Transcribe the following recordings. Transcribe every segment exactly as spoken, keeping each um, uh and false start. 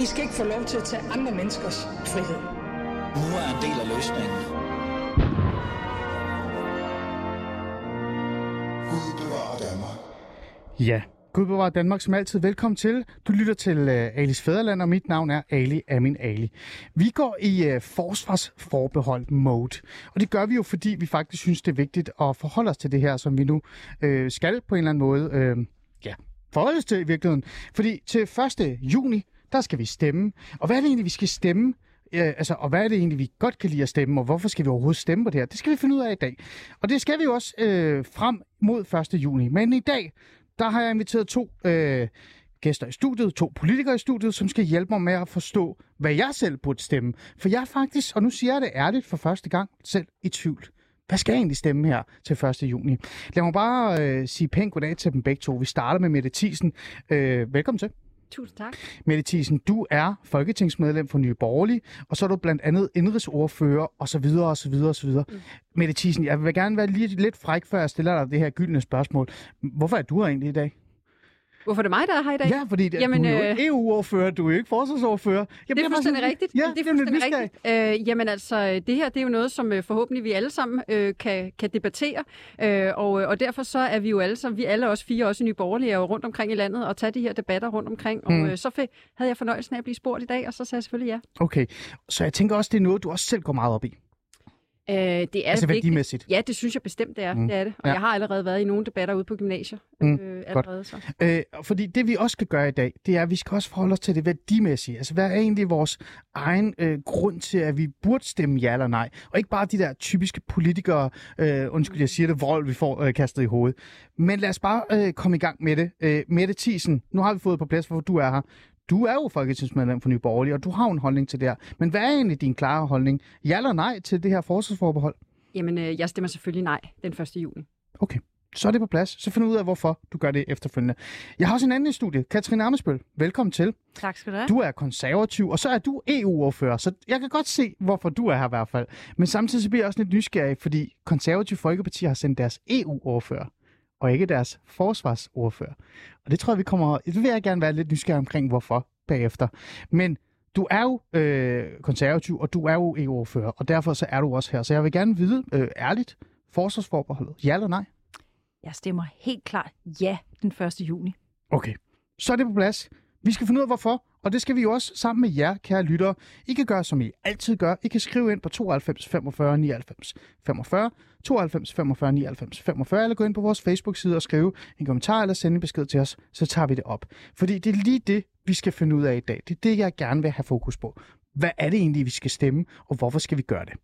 I skal ikke få lov til at tage andre menneskers frihed. Nu er en del af løsningen. Gud bevarer Danmark. Ja, Gud bevarer Danmark som altid. Velkommen til. Du lytter til uh, Alis Fædreland, og mit navn er Ali Amin Ali. Vi går i uh, forsvarsforbehold mode, og det gør vi jo, fordi vi faktisk synes, det er vigtigt at forholde os til det her, som vi nu uh, skal på en eller anden måde uh, ja, forholde os til i virkeligheden. Fordi til første juni, der skal vi stemme. Og hvad er det egentlig, vi skal stemme? Uh, altså, og hvad er det egentlig, vi godt kan lide at stemme, og hvorfor skal vi overhovedet stemme på det her? Det skal vi finde ud af i dag. Og det skal vi jo også uh, frem mod første juni. Men i dag, der har jeg inviteret to øh, gæster i studiet, to politikere i studiet, som skal hjælpe mig med at forstå, hvad jeg selv burde stemme. For jeg er faktisk, og nu siger jeg det ærligt for første gang, selv i tvivl. Hvad skal jeg egentlig stemme her til første juni? Lad mig bare øh, sige pænt goddag til dem begge to. Vi starter med Mette Thiesen. Øh, velkommen til. Tusind tak. Mette Thiesen, du er folketingsmedlem for Nye Borgerlige, og så er du blandt andet indrigsordfører, og så videre, og så videre, og så videre. Mm. Mette Thiesen, jeg vil gerne være lige lidt fræk, før jeg stiller dig det her gyldne spørgsmål. Hvorfor er du her egentlig i dag? Hvorfor er det mig, der er her i dag? Ja, fordi jamen, du er jo øh... E U-ordfører, du er jo ikke forsvarsordfører. Jamen, det er fuldstændig sådan... rigtigt. Ja, det er fuldstændig rigtigt. Øh, jamen altså, det her det er jo noget, som øh, forhåbentlig vi alle sammen øh, kan, kan debattere. Øh, og, og derfor så er vi jo alle sammen, vi alle også fire, også i Nye Borgerlige, er jo rundt omkring i landet og tage de her debatter rundt omkring. Hmm. Og øh, så f- havde jeg fornøjelsen af at blive spurgt i dag, og så sagde jeg selvfølgelig ja. Okay, så jeg tænker også, det er noget, du også selv går meget op i. Øh, det er altså vigtigt. værdimæssigt? Ja, det synes jeg bestemt, det er. Mm. Det er det. Og ja. Jeg har allerede været i nogle debatter ude på gymnasier. Mm. Øh, allerede, så. Øh, fordi det, vi også skal gøre i dag, det er, at vi skal også forholde os til det værdimæssige. Altså, hvad er egentlig vores egen øh, grund til, at vi burde stemme ja eller nej? Og ikke bare de der typiske politikere, øh, undskyld, jeg siger det, vold, vi får øh, kastet i hovedet. Men lad os bare øh, komme i gang med det. Øh, Mette Thiesen, nu har vi fået på plads, hvor du er her. Du er jo folketingsmedlem for Nye Borgerlige, og du har en holdning til det her. Men hvad er egentlig din klare holdning? Ja eller nej til det her forsvarsforbehold? Jamen, øh, jeg stemmer selvfølgelig nej den første juni. Okay, så er det på plads. Så find ud af, hvorfor du gør det efterfølgende. Jeg har også en anden i studiet, Katrine Ammitzbøll. Velkommen til. Tak skal du have. Du er konservativ, og så er du E U-ordfører, så jeg kan godt se, hvorfor du er her i hvert fald. Men samtidig så bliver jeg også lidt nysgerrig, fordi Konservativ Folkeparti har sendt deres E U-ordfører, og ikke deres forsvarsordfører. Og det tror jeg, vi kommer... Det vil jeg gerne være lidt nysgerrig omkring, hvorfor bagefter. Men du er jo øh, konservativ, og du er jo E U-ordfører, og derfor så er du også her. Så jeg vil gerne vide øh, ærligt, forsvarsforbeholdet, ja eller nej? Jeg stemmer helt klart ja den første juni. Okay, så er det på plads. Vi skal finde ud af, hvorfor, og det skal vi jo også sammen med jer, kære lyttere. I kan gøre, som I altid gør. I kan skrive ind på tooghalvfems femogfyrre nioghalvfems femogfyrre, tooghalvfems femogfyrre nioghalvfems femogfyrre, eller gå ind på vores Facebook-side og skrive en kommentar eller sende en besked til os, så tager vi det op. Fordi det er lige det, vi skal finde ud af i dag. Det er det, jeg gerne vil have fokus på. Hvad er det egentlig, vi skal stemme, og hvorfor skal vi gøre det?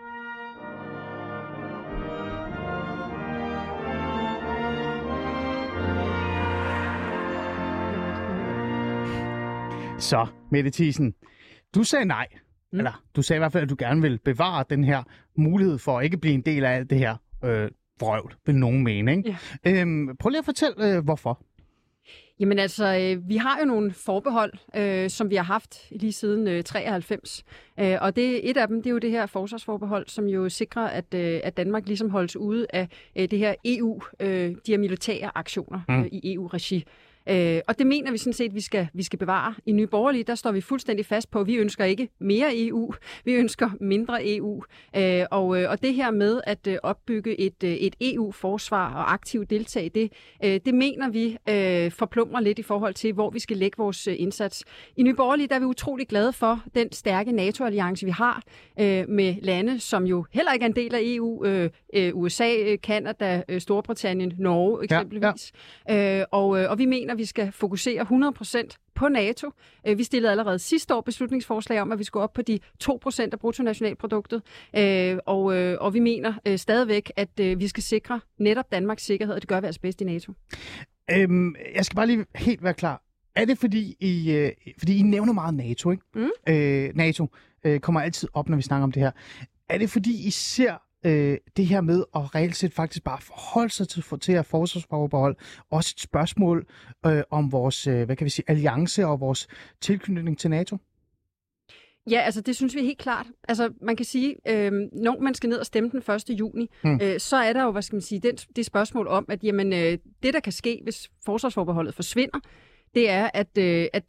Så, Mette Thiesen, du sagde nej. Mm. Eller, du sagde i hvert fald, at du gerne vil bevare den her mulighed for at ikke blive en del af alt det her øh, vrøvl, vil nogen mene, ikke? Ja. Øhm, prøv lige at fortælle, øh, hvorfor. Jamen altså, øh, vi har jo nogle forbehold, øh, som vi har haft lige siden øh, treoghalvfems. Øh, og det, et af dem, det er jo det her forsvarsforbehold, som jo sikrer, at, øh, at Danmark ligesom holdes ude af øh, det her E U, øh, de her militære aktioner mm. øh, i E U-regi. Øh, og det mener vi sådan set, vi skal, vi skal bevare. I Nye Borgerlige, der står vi fuldstændig fast på, at vi ønsker ikke mere E U, vi ønsker mindre E U. Øh, og, og det her med at øh, opbygge et, øh, et E U-forsvar og aktivt deltage i det, øh, det mener vi øh, forplumrer lidt i forhold til, hvor vi skal lægge vores øh, indsats. I Nye Borgerlige, der er vi utrolig glade for den stærke NATO-alliance, vi har øh, med lande, som jo heller ikke er en del af E U. Øh, øh, U S A, Canada, øh, Storbritannien, Norge eksempelvis. Ja, ja. Øh, og, øh, og vi mener, vi skal fokusere hundrede procent på NATO. Vi stillede allerede sidste år beslutningsforslag om, at vi skulle op på de to procent af bruttonationalproduktet. Og, og vi mener stadigvæk, at vi skal sikre netop Danmarks sikkerhed, og det gør vi altså bedst i NATO. Øhm, jeg skal bare lige helt være klar. Er det fordi, I, øh, fordi I nævner meget NATO, ikke? Mm. Øh, NATO øh, kommer altid op, når vi snakker om det her. Er det fordi, I ser øh, det her med at reelt set faktisk bare forholde sig til, til at forsvarsforbehold, også et spørgsmål øh, om vores, øh, hvad kan vi sige, alliance og vores tilknytning til NATO? Ja, altså det synes vi helt klart. Altså man kan sige, øh, når man skal ned og stemme den første juni, hmm. øh, så er der jo, hvad skal man sige, det, det spørgsmål om, at jamen, øh, det der kan ske, hvis forsvarsforbeholdet forsvinder, det er, at, øh, at øh,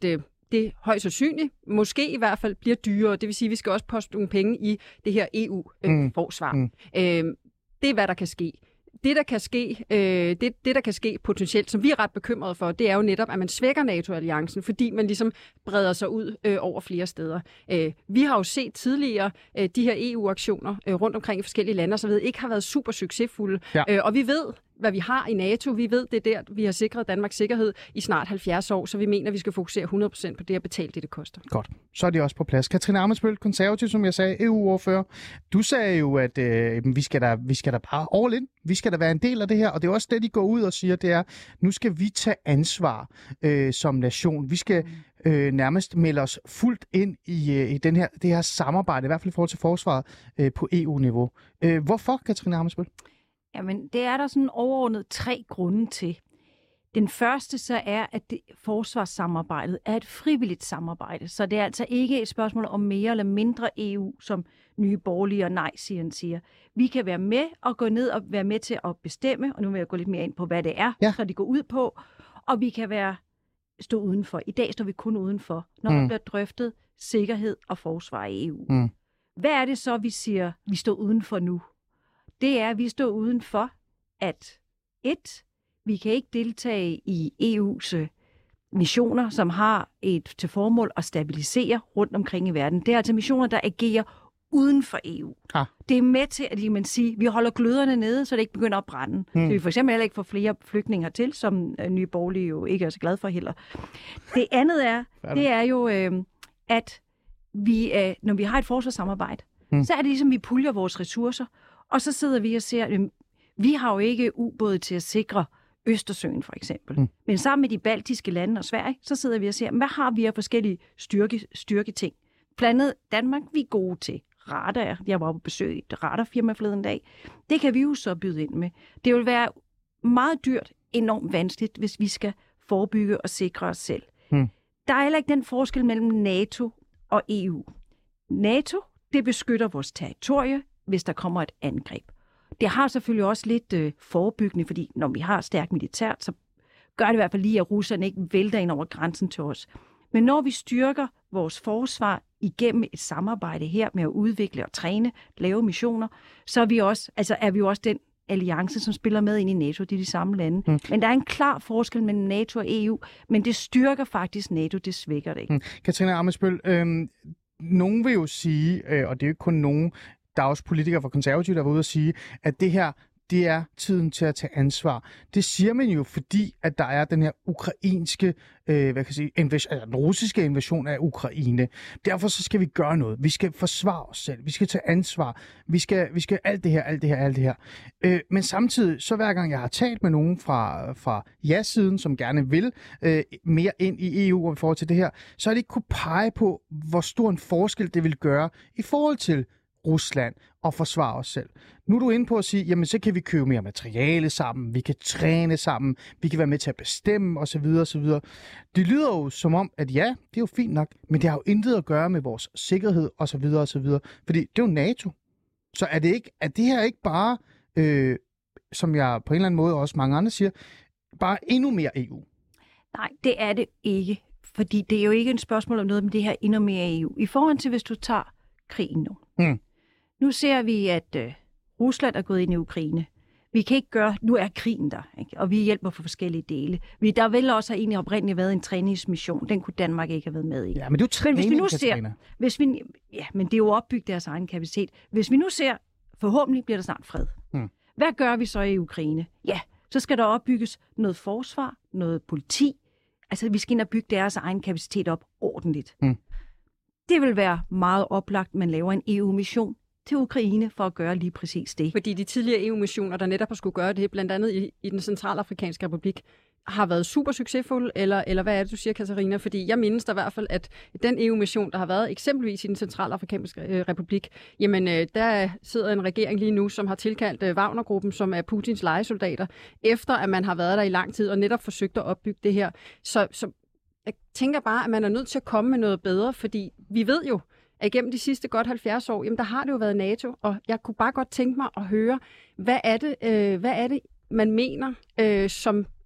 det højst sandsynligt, måske i hvert fald, bliver dyrere. Det vil sige, at vi skal også poste nogle penge i det her E U-forsvar. Øh, mm. øh, det er, hvad der kan ske. Det der kan ske, øh, det, det, der kan ske potentielt, som vi er ret bekymrede for, det er jo netop, at man svækker NATO-alliancen, fordi man ligesom breder sig ud øh, over flere steder. Øh, vi har jo set tidligere øh, de her E U-aktioner øh, rundt omkring i forskellige lande, og så ved ikke har været super succesfulde. Ja. Øh, og vi ved, hvad vi har i NATO. Vi ved, det er der, vi har sikret Danmarks sikkerhed i snart halvfjerds år, så vi mener, at vi skal fokusere hundrede procent på det at betale det, det koster. Godt. Så er de også på plads. Katrine Ammitzbøll, konservativ, som jeg sagde, E U-ordfører. Du sagde jo, at øh, vi, skal da, vi skal da bare all in. Vi skal da være en del af det her, og det er også det, de går ud og siger, det er, nu skal vi tage ansvar øh, som nation. Vi skal øh, nærmest melde os fuldt ind i, øh, i den her, det her samarbejde, i hvert fald i forhold til forsvaret øh, på E U-niveau. Øh, hvorfor, Katrine Ammitzbøll? Jamen, det er der sådan overordnet tre grunde til. Den første så er, at det, forsvarssamarbejdet er et frivilligt samarbejde, så det er altså ikke et spørgsmål om mere eller mindre E U, som Nye Borgerlige og nej-siden siger. Vi kan være med og gå ned og være med til at bestemme, og nu vil jeg gå lidt mere ind på, hvad det er, ja. så de går ud på, og vi kan være stå udenfor. I dag står vi kun udenfor, når mm. der bliver drøftet sikkerhed og forsvar i E U. Mm. Hvad er det så, vi siger, vi står udenfor nu? Det er, at vi står udenfor, at et, vi kan ikke deltage i E U's missioner, som har et til formål at stabilisere rundt omkring i verden. Det er altså missioner, der agerer uden for E U. Ah. Det er med til, at man siger, vi holder gløderne nede, så det ikke begynder at brænde. Hmm. Så vi for eksempel heller ikke får flere flygtninge til, som Nye Borgerlige jo ikke er så glad for heller. Det andet er, det er jo, øh, at vi, øh, når vi har et forsvarssamarbejde, hmm. så er det ligesom, vi puljer vores ressourcer, og så sidder vi og ser, øh, vi har jo ikke ubåde til at sikre Østersøen for eksempel. Mm. Men sammen med de baltiske lande og Sverige, så sidder vi og ser, hvad har vi af forskellige styrke, styrketing? Blandt andet Danmark, vi er gode til radar. Jeg var på besøg i et radarfirma forleden dag. Det kan vi jo så byde ind med. Det vil være meget dyrt, enormt vanskeligt, hvis vi skal forebygge og sikre os selv. Mm. Der er heller ikke den forskel mellem NATO og E U. NATO, det beskytter vores territorie, hvis der kommer et angreb. Det har selvfølgelig også lidt øh, forebyggende, fordi når vi har stærkt militært, så gør det i hvert fald lige, at russerne ikke vælter ind over grænsen til os. Men når vi styrker vores forsvar igennem et samarbejde her med at udvikle og træne, lave missioner, så er vi også, altså er vi jo også den alliance, som spiller med ind i NATO, det er de samme lande. Mm. Men der er en klar forskel mellem NATO og E U, men det styrker faktisk NATO, det svækker det ikke. Mm. Katrine Ammitzbøll, øh, nogen vil jo sige, øh, og det er jo ikke kun nogen, der er også politikere fra Konservative, der var ude og sige, at det her, det er tiden til at tage ansvar. Det siger man jo, fordi at der er den her ukrainske, øh, hvad kan jeg sige, invasion, altså den russiske invasion af Ukraine. Derfor så skal vi gøre noget. Vi skal forsvare os selv. Vi skal tage ansvar. Vi skal, vi skal alt det her, alt det her, alt det her. Øh, men samtidig, så hver gang jeg har talt med nogen fra, fra ja-siden, som gerne vil øh, mere ind i E U og i forhold til det her, så har de ikke kunne pege på, hvor stor en forskel det vil gøre i forhold til Rusland og forsvare os selv. Nu er du inde på at sige, jamen så kan vi købe mere materiale sammen, vi kan træne sammen, vi kan være med til at bestemme osv. osv. Det lyder jo som om, at ja, det er jo fint nok, men det har jo intet at gøre med vores sikkerhed osv. osv. Fordi det er jo NATO. Så er det ikke, er det her ikke bare, øh, som jeg på en eller anden måde også mange andre siger, bare endnu mere E U? Nej, det er det ikke. Fordi det er jo ikke et spørgsmål om noget med det her endnu mere E U. I forhold til, hvis du tager krigen nu. Mm. Nu ser vi, at øh, Rusland er gået ind i Ukraine. Vi kan ikke gøre, nu er krigen der, ikke? Og vi hjælper for forskellige dele. Vi, der vil også have egentlig oprindeligt været en træningsmission. Den kunne Danmark ikke have været med i. Ja, men du træner, hvis vi nu ser, hvis vi, ja, men det er jo opbygget deres egen kapacitet. Hvis vi nu ser, forhåbentlig bliver der snart fred. Hmm. Hvad gør vi så i Ukraine? Ja, så skal der opbygges noget forsvar, noget politi. Altså, vi skal ind og bygge deres egen kapacitet op ordentligt. Hmm. Det vil være meget oplagt, man laver en E U-mission til Ukraine for at gøre lige præcis det. Fordi de tidligere E U-missioner, der netop har skulle gøre det, blandt andet i, i den centralafrikanske republik, har været super succesfulde, eller, eller hvad er det, du siger, Katarina? Fordi jeg mindes der i hvert fald, at den E U-mission, der har været eksempelvis i den centralafrikanske øh, republik, jamen øh, der sidder en regering lige nu, som har tilkaldt øh, Wagner-gruppen, som er Putins lejesoldater, efter at man har været der i lang tid og netop forsøgt at opbygge det her. Så, så jeg tænker bare, at man er nødt til at komme med noget bedre, fordi vi ved jo, at igennem de sidste godt halvfjerds år, jamen der har det jo været NATO, og jeg kunne bare godt tænke mig at høre, hvad er det, øh, hvad er det man mener, øh, som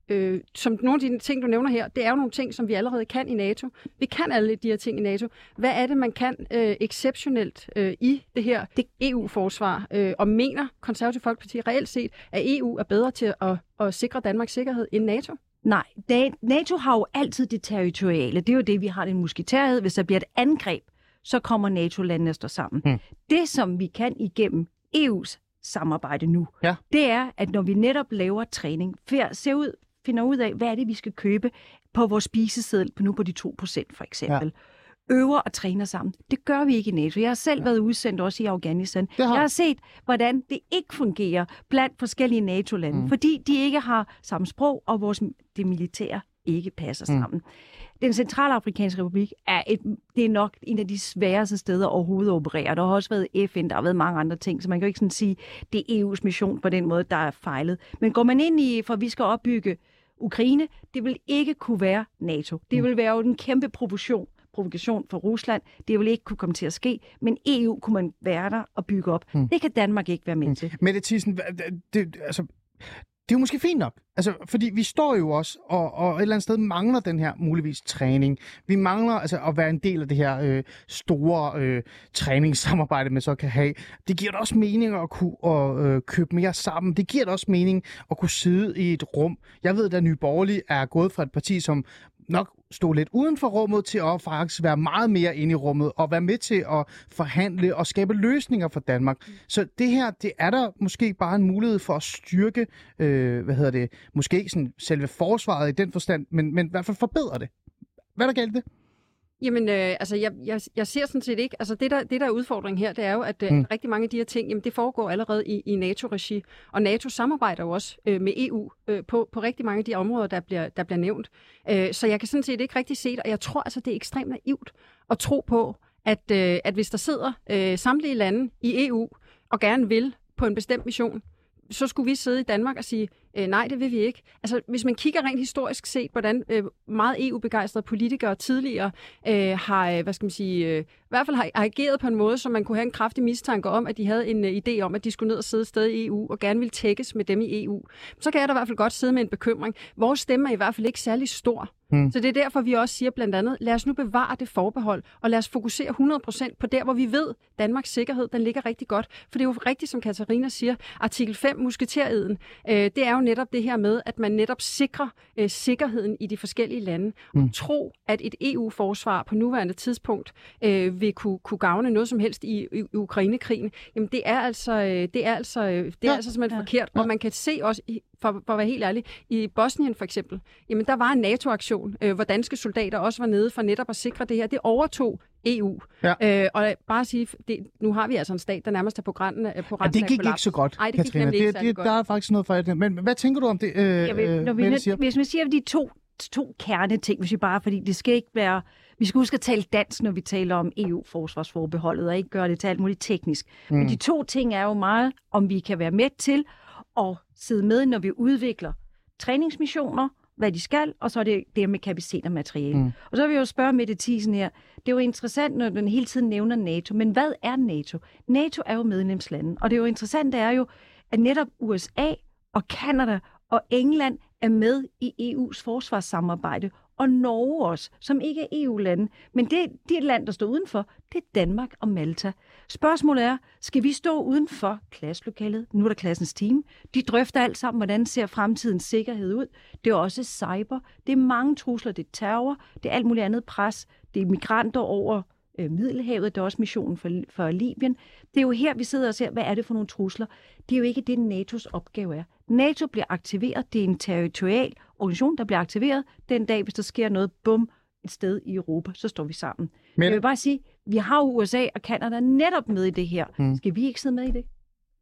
øh, som nogle af de ting, du nævner her, det er jo nogle ting, som vi allerede kan i NATO. Vi kan alle de her ting i NATO. Hvad er det, man kan øh, exceptionelt øh, i det her det E U-forsvar? Øh, og mener Konservative Folkeparti reelt set, at E U er bedre til at, at sikre Danmarks sikkerhed end NATO? Nej, NATO har jo altid det territoriale. Det er jo det, vi har den musketærhed. Hvis der bliver et angreb, så kommer NATO-landene at stå sammen. Hmm. Det, som vi kan igennem E U's samarbejde nu, ja. det er, at når vi netop laver træning, ser ud, finder ud af, hvad er det, vi skal købe på vores spiseseddel på nu på de to procent for eksempel. Ja. Øver og træner sammen. Det gør vi ikke i NATO. Jeg har selv ja. været udsendt også i Afghanistan. Har... Jeg har set, hvordan det ikke fungerer blandt forskellige NATO-lande, mm. fordi de ikke har samme sprog, og vores det militære ikke passer sammen. Mm. Den centralafrikanske republik er, et, det er nok en af de sværeste steder overhovedet at operere. Der har også været F N, der har været mange andre ting, så man kan jo ikke sådan sige, det er E U's mission på den måde, der er fejlet. Men går man ind i, for vi skal opbygge Ukraine, det vil ikke kunne være NATO. Det vil være jo en kæmpe provokation. provokation for Rusland. Det vil ikke kunne komme til at ske, men E U kunne man være der og bygge op. Hmm. Det kan Danmark ikke være med hmm. til. Mette Thiesen, det, det, altså, det er jo måske fint nok, altså, fordi vi står jo også og, og et eller andet sted mangler den her muligvis træning. Vi mangler altså at være en del af det her øh, store øh, træningssamarbejde, man så kan have. Det giver da også mening at kunne at, øh, købe mere sammen. Det giver da også mening at kunne sidde i et rum. Jeg ved, at Nye Borgerlige er gået fra et parti, som nok stå lidt uden for rummet til at faktisk være meget mere inde i rummet og være med til at forhandle og skabe løsninger for Danmark. Så det her, det er der måske bare en mulighed for at styrke, øh, hvad hedder det, måske sådan selve forsvaret i den forstand, men, men i hvert fald forbedre det. Hvad er der galt det? Jamen, øh, altså, jeg, jeg, jeg ser sådan set ikke... Altså, det der, det der er udfordringen her, det er jo, at øh, mm. rigtig mange af de her ting, jamen, det foregår allerede i, i NATO-regi. Og NATO samarbejder jo også øh, med E U øh, på, på rigtig mange af de områder, der bliver, der bliver nævnt. Øh, så jeg kan sådan set ikke rigtig se det, og jeg tror altså, det er ekstremt naivt at tro på, at, øh, at hvis der sidder øh, samtlige lande i E U og gerne vil på en bestemt mission, så skulle vi sidde i Danmark og sige, øh, nej, det vil vi ikke. Altså, hvis man kigger rent historisk set, hvordan øh, meget E U-begejstrede politikere tidligere øh, har, øh, hvad skal man sige, øh, i hvert fald har ageret på en måde, så man kunne have en kraftig mistanke om, at de havde en øh, idé om, at de skulle ned og sidde et sted i E U, og gerne ville tækkes med dem i E U. Så kan jeg da i hvert fald godt sidde med en bekymring. Vores stemme er i hvert fald ikke særlig stor. Hmm. Så det er derfor, vi også siger blandt andet, lad os nu bevare det forbehold, og lad os fokusere hundrede procent på der, hvor vi ved, Danmarks sikkerhed, den ligger rigtig godt. For det er jo rigtigt, som Katarina siger, artikel fem, musketæreden, øh, det er jo netop det her med, at man netop sikrer øh, sikkerheden i de forskellige lande. Hmm. Og tro, at et E U-forsvar på nuværende tidspunkt øh, vil kunne, kunne gavne noget som helst i, i, i Ukraine-krigen, jamen det er altså, øh, det er altså, øh, det er ja. altså simpelthen ja. forkert. Og man kan se også, for, for at være helt ærlig, i Bosnien for eksempel, jamen der var en NATO-aktion, øh, hvor danske soldater også var nede for netop at sikre det her. Det overtog E U. Ja. Øh, og bare at sige, det, nu har vi altså en stat, der nærmest er på randen af på ja, det gik ikke så godt, Ej, det Katrine. Gik det, det, godt. Der er faktisk noget for det. Men hvad tænker du om det, øh, jeg vil, når vi, siger? Hvis man siger de to, to kerneting, hvis vi bare, fordi det skal ikke være... Vi skal huske at tale dansk, når vi taler om E U-forsvarsforbeholdet, og ikke gøre det til alt muligt teknisk. Mm. Men de to ting er jo meget, om vi kan være med til at sidde med, når vi udvikler træningsmissioner, hvad de skal, og så er det det med kapacitet og materiale. Mm. Og så vil jeg jo spørge Mette Thiesen her, det er jo interessant, når den hele tiden nævner NATO, men hvad er NATO? NATO er jo medlemslande, og det er jo interessant, det er jo, at netop U S A og Canada og England er med i E U's forsvarssamarbejde, og Norge også, som ikke er E U-lande. Men det, det er et land, der står udenfor, det er Danmark og Malta. Spørgsmålet er, skal vi stå uden for klasselokalet? Nu er der klassens team. De drøfter alt sammen, hvordan ser fremtidens sikkerhed ud. Det er også cyber. Det er mange trusler. Det er terror. Det er alt muligt andet pres. Det er migranter over øh, Middelhavet. Det er også missionen for, for Libyen. Det er jo her, vi sidder og ser, hvad er det for nogle trusler? Det er jo ikke det, N A T O's opgave er. NATO bliver aktiveret. Det er en territorial organisation, der bliver aktiveret den dag, hvis der sker noget, bum, et sted i Europa, så står vi sammen. Men... Jeg vil bare sige, vi har U S A og Canada netop med i det her. Hmm. Skal vi ikke sidde med i det?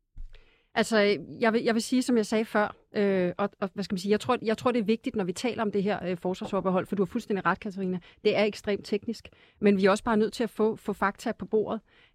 Altså, jeg vil, jeg vil sige, som jeg sagde før, øh, og, og hvad skal man sige, jeg tror, jeg tror, det er vigtigt, når vi taler om det her øh, forsvarsforbehold, for du har fuldstændig ret, Katarina. Det er ekstremt teknisk, men vi er også bare nødt til at få, få fakta på bordet.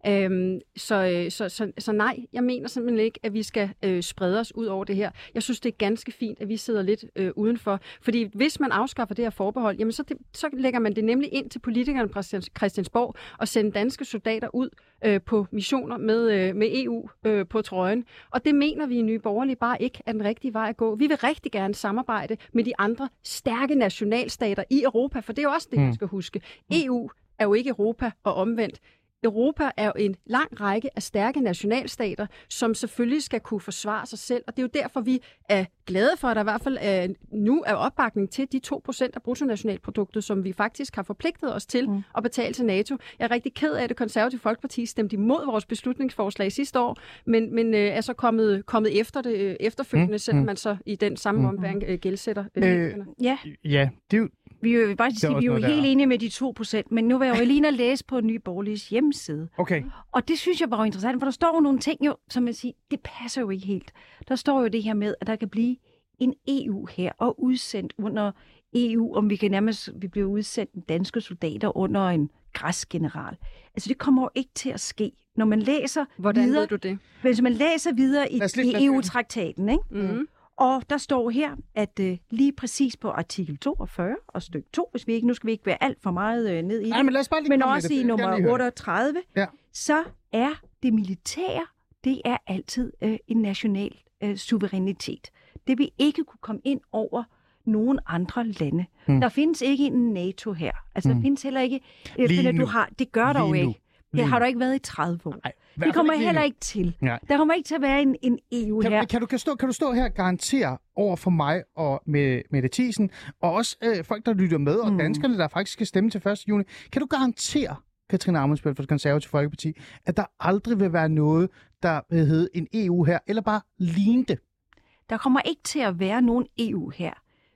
Øhm, så, så, så, så nej, jeg mener simpelthen ikke, at vi skal øh, sprede os ud over det her. Jeg synes, det er ganske fint, at vi sidder lidt øh, udenfor. Fordi hvis man afskaffer det her forbehold, jamen så, det, så lægger man det nemlig ind til politikerne på Christiansborg og sender danske soldater ud øh, på missioner med, øh, med E U øh, på trøjen. Og det mener vi i Nye Borgerlige bare ikke er den rigtige vej at gå. Vi vil rigtig gerne samarbejde med de andre stærke nationalstater i Europa, for det er jo også det, man skal huske. E U er jo ikke Europa og omvendt. Europa er jo en lang række af stærke nationalstater, som selvfølgelig skal kunne forsvare sig selv, og det er jo derfor, vi er glade for, at der i hvert fald er, nu er opbakning til de to procent af bruttonationalproduktet, som vi faktisk har forpligtet os til mm. at betale til NATO. Jeg er rigtig ked af, at Det Konservative Folkeparti stemte imod vores beslutningsforslag sidste år, men, men øh, er så kommet, kommet efter det øh, efterfølgende, mm. selvom man så i den samme mm. omværing øh, gældsætter. Øh, øh, ja. ja, det er jo Vi er jo, bare sige, vi er jo helt enige med de to procent, men nu vil jeg jo lige læse på Nye Borgerliges hjemmeside. Okay. Og det synes jeg bare er interessant, for der står jo nogle ting, jo, som man siger, det passer jo ikke helt. Der står jo det her med, at der kan blive en E U her og udsendt under E U, om vi kan nærmest vi bliver udsendt danske soldater under en græsk general. Altså det kommer jo ikke til at ske, når man læser Hvordan videre. ved du det? Hvis man læser videre i, i E U-traktaten, ikke? Mm-hmm. Og der står her, at øh, lige præcis på artikel toogfyrre og stykke to, hvis vi ikke, nu skal vi ikke være alt for meget øh, ned i Nej, det, men, lad os bare lige men komme også lidt. i nummer otteogtredive, ja. så er det militære, det er altid øh, en national øh, suverænitet. Det vil ikke kunne komme ind over nogen andre lande. Hmm. Der findes ikke en NATO her. Altså, hmm. der findes heller ikke... Øh, finder, du har, det gør der jo ikke. Det har der ikke været i tredive år. Nej, det kommer heller ikke til. Ja. Der kommer ikke til at være en, en E U kan, her. Kan du, kan, stå, kan du stå her og garantere over for mig og med Mette Thiesen, og også øh, folk, der lytter med, og mm. danskerne, der faktisk skal stemme til første juni. Kan du garantere, Katrine Ammitzbøll fra Det Konservative Folkeparti, at der aldrig vil være noget, der vil hedde en E U her, eller bare lignende? Der kommer ikke til at være nogen E U her.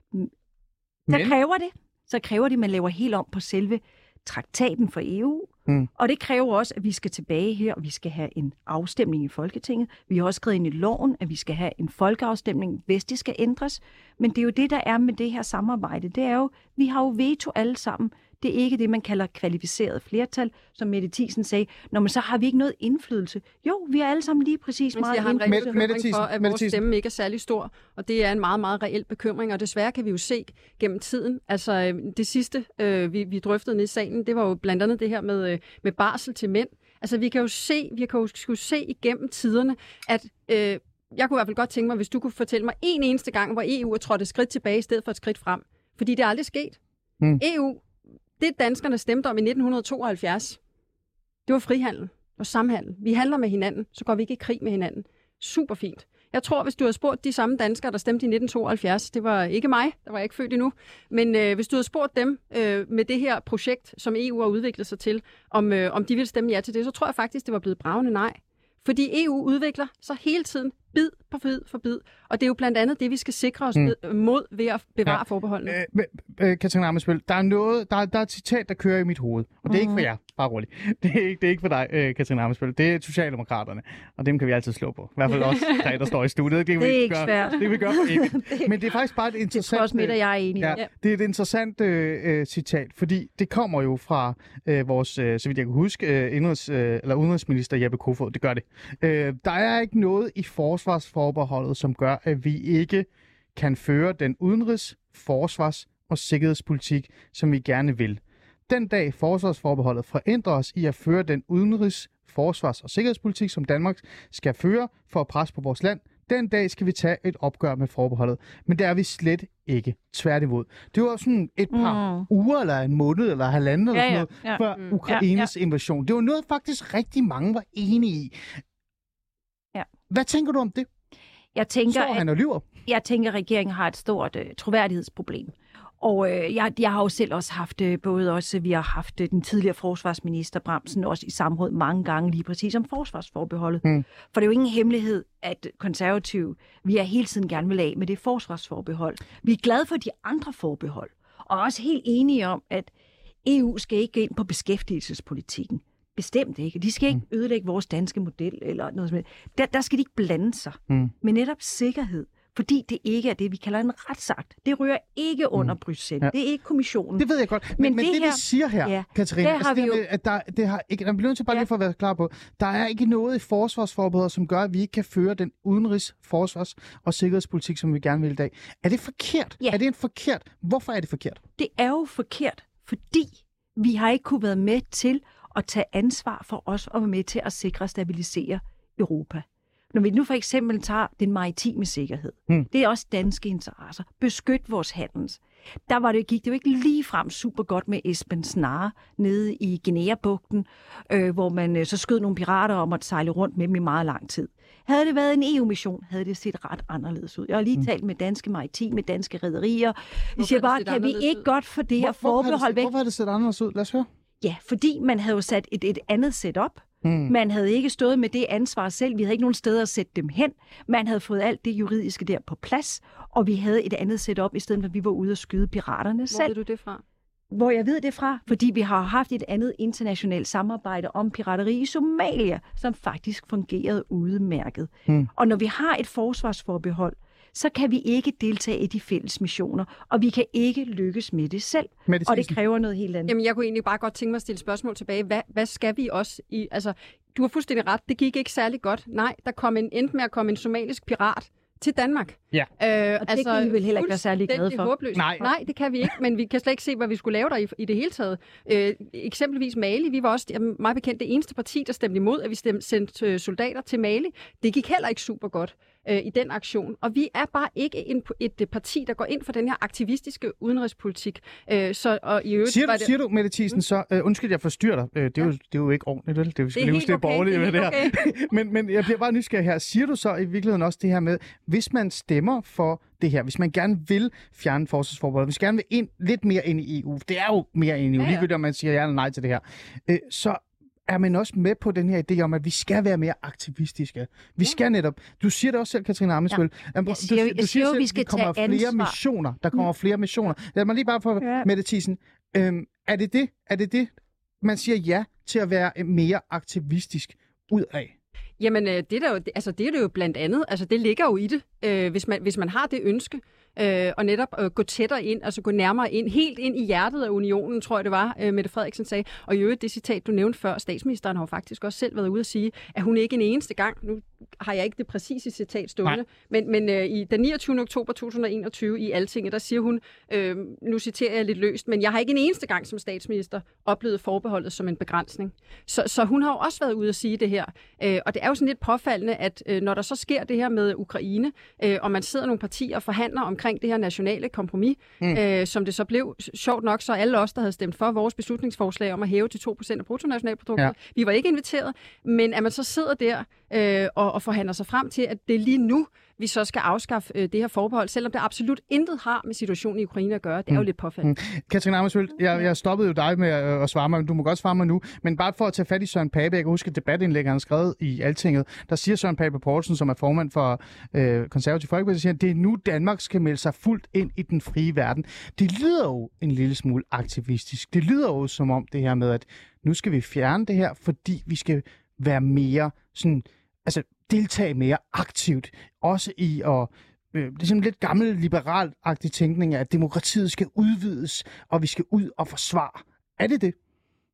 Der Men... kræver det. Så kræver det, at man laver helt om på selve traktaten for E U. Mm. Og det kræver også, at vi skal tilbage her, og vi skal have en afstemning i Folketinget. Vi har også skrevet ind i loven, at vi skal have en folkeafstemning, hvis det skal ændres. Men det er jo det, der er med det her samarbejde. Det er jo, vi har jo veto alle sammen. Det er ikke det, man kalder kvalificeret flertal, som Mette Thiesen sagde. Når man så har vi ikke noget indflydelse. Jo, vi er alle sammen lige præcis Men meget jeg har en rigtig bekymring for, at Mette vores stemme ikke er særlig stor. Og det er en meget, meget reel bekymring. Og desværre kan vi jo se gennem tiden. Altså det sidste, øh, vi, vi drøftede nede i salen, det var jo blandt andet det her med, øh, med barsel til mænd. Altså vi kan jo se, vi kan jo skulle se igennem tiderne, at... Øh, jeg kunne i hvert fald godt tænke mig, hvis du kunne fortælle mig en eneste gang, hvor E U er trådt et skridt tilbage i stedet for et skridt frem. Fordi det er aldrig sket. Mm. E U, det danskerne stemte om i nitten tooghalvfjerds, det var frihandel, det var samhandel. Vi handler med hinanden, så går vi ikke i krig med hinanden. Super fint. Jeg tror, hvis du havde spurgt de samme danskere, der stemte i nitten tooghalvfjerds, det var ikke mig, der var jeg ikke født endnu, men øh, hvis du havde spurgt dem øh, med det her projekt, som E U har udviklet sig til, om, øh, om de ville stemme ja til det, så tror jeg faktisk, det var blevet bragende nej. Fordi E U udvikler sig hele tiden, bid på bid for bid. Og det er jo blandt andet det, vi skal sikre os mm. mod ved at bevare ja. forbeholdene. Øh, øh, Katrine Ammitzbøll, der er noget, der er, der er et citat, der kører i mit hoved. Og det er ikke for jer, bare roligt. Det er ikke, det er ikke for dig, øh, Katrine Ammitzbøll. Det er Socialdemokraterne. Og dem kan vi altid slå på. I hvert fald også tre, der står i studiet. Det, kan det vi er ikke gøre, svært. Det kan vi gøre for evigt. Men det er faktisk bare et interessant... Det tror også, jeg er enig. Ja, det er et interessant øh, citat, fordi det kommer jo fra øh, vores, øh, så vidt jeg kan huske, øh, indrigs, øh, eller udenrigsminister Jeppe Kofod. Det gør det. Øh, der er ikke noget i forsvarsforbeholdet, som gør, at vi ikke kan føre den udenrigs-, forsvars- og sikkerhedspolitik, som vi gerne vil. Den dag forsvarsforbeholdet forhindrer os i at føre den udenrigs-, forsvars- og sikkerhedspolitik, som Danmark skal føre for at presse på vores land, den dag skal vi tage et opgør med forbeholdet. Men det er vi slet ikke. Tværtimod. Det var sådan et par mm. uger, eller en måned, eller halvanden, eller ja, ja, sådan noget, ja. før mm. Ukraines ja, ja. invasion. Det var noget, faktisk rigtig mange var enige i. Ja. Hvad tænker du om det? Jeg tænker, Står han og lyver? Jeg tænker, at regeringen har et stort uh, troværdighedsproblem. Og øh, jeg, jeg har jo selv også haft, øh, både også, vi har haft øh, den tidligere forsvarsminister Bramsen, også i samråd mange gange lige præcis om forsvarsforbeholdet. Mm. For det er jo ingen hemmelighed, at konservative, vi er hele tiden gerne vil af med det forsvarsforbehold. Vi er glade for de andre forbehold. Og er også helt enige om, at E U skal ikke ind på beskæftigelsespolitikken. Bestemt ikke. De skal ikke ødelægge vores danske model eller noget som helst. Der, der skal de ikke blande sig. Mm. Men netop sikkerhed. fordi det ikke er det, vi kalder en retsakt. Det rører ikke under mm. Bruxelles. Ja. Det er ikke kommissionen. Det ved jeg godt. Men, men, men det, det, vi siger her, ja, Katarina, har altså, vi det jo... med, at der, det har ikke, jeg bliver nødt til bare ja. lige for at være klar på, der er ikke noget i forsvarsforbeholdet, som gør, at vi ikke kan føre den udenrigs-, forsvars- og sikkerhedspolitik, som vi gerne vil i dag. Er det forkert? Ja. Er det en forkert? Hvorfor er det forkert? Det er jo forkert, fordi vi har ikke kunne være med til at tage ansvar for os og være med til at sikre og stabilisere Europa. Når vi nu for eksempel tager den maritime sikkerhed, hmm. det er også danske interesser. Beskyt vores handels. Der var det, gik det jo ikke ligefrem super godt med Esben Snare nede i Guinea-bugten, øh, hvor man øh, så skød nogle pirater om at sejle rundt med dem i meget lang tid. Havde det været en E U-mission, havde det set ret anderledes ud. Jeg har lige hmm. talt med danske maritime, med danske rederier. Vi siger bare, kan vi ikke ud? godt for det her forbehold væk? Hvorfor har det set anderledes ud? Lad os høre. Ja, fordi man havde jo sat et, et andet setup. Mm. Man havde ikke stået med det ansvar selv. Vi havde ikke nogen steder at sætte dem hen. Man havde fået alt det juridiske der på plads, og vi havde et andet setup, i stedet for at vi var ude og skyde piraterne Hvor selv. Hvor ved du det fra? Hvor jeg ved det fra, fordi vi har haft et andet internationalt samarbejde om pirateri i Somalia, som faktisk fungerede udmærket. Mm. Og når vi har et forsvarsforbehold, så kan vi ikke deltage i de fælles missioner, og vi kan ikke lykkes med det selv. Med og det kræver noget helt andet. Jamen, jeg kunne egentlig bare godt tænke mig at stille spørgsmål tilbage. Hvad, hvad skal vi også i... Altså, du har fuldstændig ret. Det gik ikke særlig godt. Nej, der kom en, endte med at komme en somalisk pirat til Danmark. Ja, øh, og det altså, kan vi vel heller ikke være særlig glade for. Nej. Nej, det kan vi ikke, men vi kan slet ikke se, hvad vi skulle lave der i, i det hele taget. Øh, eksempelvis Mali. Vi var også meget bekendt det eneste parti, der stemte imod, at vi stemte, sendte soldater til Mali. Det gik heller ikke super godt øh, i den aktion. Og vi er bare ikke en, et parti, der går ind for den her aktivistiske udenrigspolitik. Øh, så, og i øvrigt, siger, du, det... siger du, Mette Thiesen, mm. så... Øh, undskyld, jeg forstyrrer dig. Øh, det, er ja. jo, det er jo ikke ordentligt, vel? Det er, vi skal det er huske, det er borgerligt okay, med det her. Okay. men, men jeg bliver bare nysgerrig her. Siger du så i virkeligheden også det her med, hvis man stemmer for det her, hvis man gerne vil fjerne forsvarsforbeholdet, hvis man gerne vil ind, lidt mere ind i E U, det er jo mere ind i E U, ja, ja. ligegyldigt om man siger ja eller nej til det her, øh, så er man også med på den her idé om, at vi skal være mere aktivistiske. Vi ja. skal netop, du siger det også selv, Katarina Ammitzbøll, ja. jeg siger, du, jeg du siger jo, selv, vi skal der kommer tage flere ansvar. missioner, der kommer mm. flere missioner. Lad mig lige bare få ja. Mette Thiesen, øh, er det det, er det det, man siger ja til at være mere aktivistisk ud af? Jamen, det er, der jo, altså, det er det jo blandt andet. Altså, det ligger jo i det, øh, hvis, man, hvis man har det ønske. Øh, og netop øh, gå tættere ind, altså gå nærmere ind, helt ind i hjertet af unionen, tror jeg det var, øh, Mette Frederiksen sagde. Og i øvrigt, det citat, du nævnte før, statsministeren har jo faktisk også selv været ude at sige, at hun ikke en eneste gang, nu har jeg ikke det præcise citat stående, Nej. men, men øh, i den niogtyvende oktober to tusind og enogtyve i Altinget, der siger hun, øh, nu citerer jeg lidt løst, men jeg har ikke en eneste gang som statsminister oplevet forbeholdet som en begrænsning. Så, så hun har jo også været ude at sige det her. Øh, og det er jo sådan lidt påfaldende, at øh, når der så sker det her med Ukraine, øh, og man sidder nogle partier og forhandler omkring det her nationale kompromis, mm. øh, som det så blev, sjovt nok, så alle os, der havde stemt for vores beslutningsforslag om at hæve til to procent af bruttonationalproduktet, ja. vi var ikke inviteret, men at man så sidder der øh, og, og forhandler sig frem til, at det er lige nu, vi så skal afskaffe øh, det her forbehold, selvom det absolut intet har med situationen i Ukraine at gøre. Det er mm. jo lidt påfaldende. Mm. Katarina Ammitzbøll, jeg, jeg stoppede jo dig med at, at svare mig, men du må godt svare mig nu. Men bare for at tage fat i Søren Pape, jeg kan huske et debatindlæg, han har skrevet i Altinget, der siger Søren Pape Poulsen, som er formand for øh, Konservativ Folkeparti, siger, at det er nu Danmark skal melde sig fuldt ind i den frie verden. Det lyder jo en lille smule aktivistisk. Det lyder jo som om det her med, at nu skal vi fjerne det her, fordi vi skal være mere sådan, altså deltage mere aktivt, også i at øh, det er sådan lidt gammel liberal-agtig tænkning, at demokratiet skal udvides, og vi skal ud og forsvare. Er det det?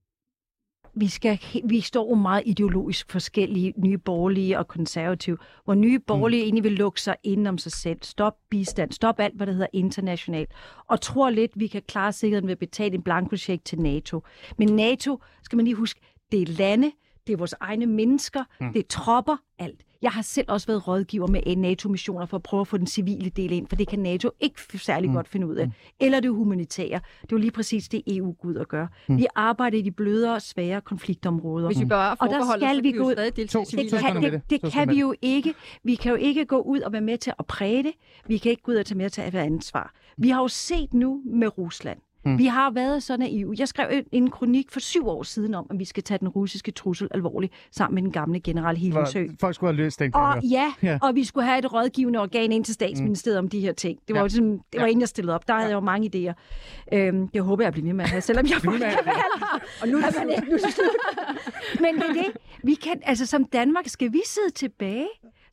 Vi, skal, vi står jo meget ideologisk forskellige, nye borgerlige og konservative, hvor nye borgerlige mm. egentlig vil lukke sig ind om sig selv. Stop bistand, stop alt, hvad der hedder internationalt, og tror lidt, vi kan klare sikkerheden ved at betale en blankocheck til NATO. Men NATO, skal man lige huske, det er lande, det er vores egne mennesker, mm. det er tropper, alt. Jeg har selv også været rådgiver med NATO-missioner for at prøve at få den civile del ind, for det kan NATO ikke særlig mm. godt finde ud af. Eller det humanitære. Det er jo lige præcis det, E U går ud og gør. Mm. Vi arbejder i de blødere, svære konfliktområder. Hvis vi bare og der skal vi gå ud. Det kan, det, det, det kan vi jo ikke. Vi kan jo ikke gå ud og være med til at præge det. Vi kan ikke gå ud og tage med til at være ansvar. Vi har jo set nu med Rusland. Mm. Vi har været så naive. Jeg skrev en kronik for syv år siden om, at vi skal tage den russiske trussel alvorligt sammen med den gamle general Hillingsø. Folk skulle have løst den. Og ja, ja, og vi skulle have et rådgivende organ ind til statsministeriet mm. om de her ting. Det var ja. jo sådan, det var ja. inden jeg stillede op. Der havde ja. jeg jo mange idéer. Øhm, det håber jeg bliver ved med at have, selvom jeg får det. Og nu er man ikke nu slut. Men det er det. Vi kan, altså som Danmark, skal vi sidde tilbage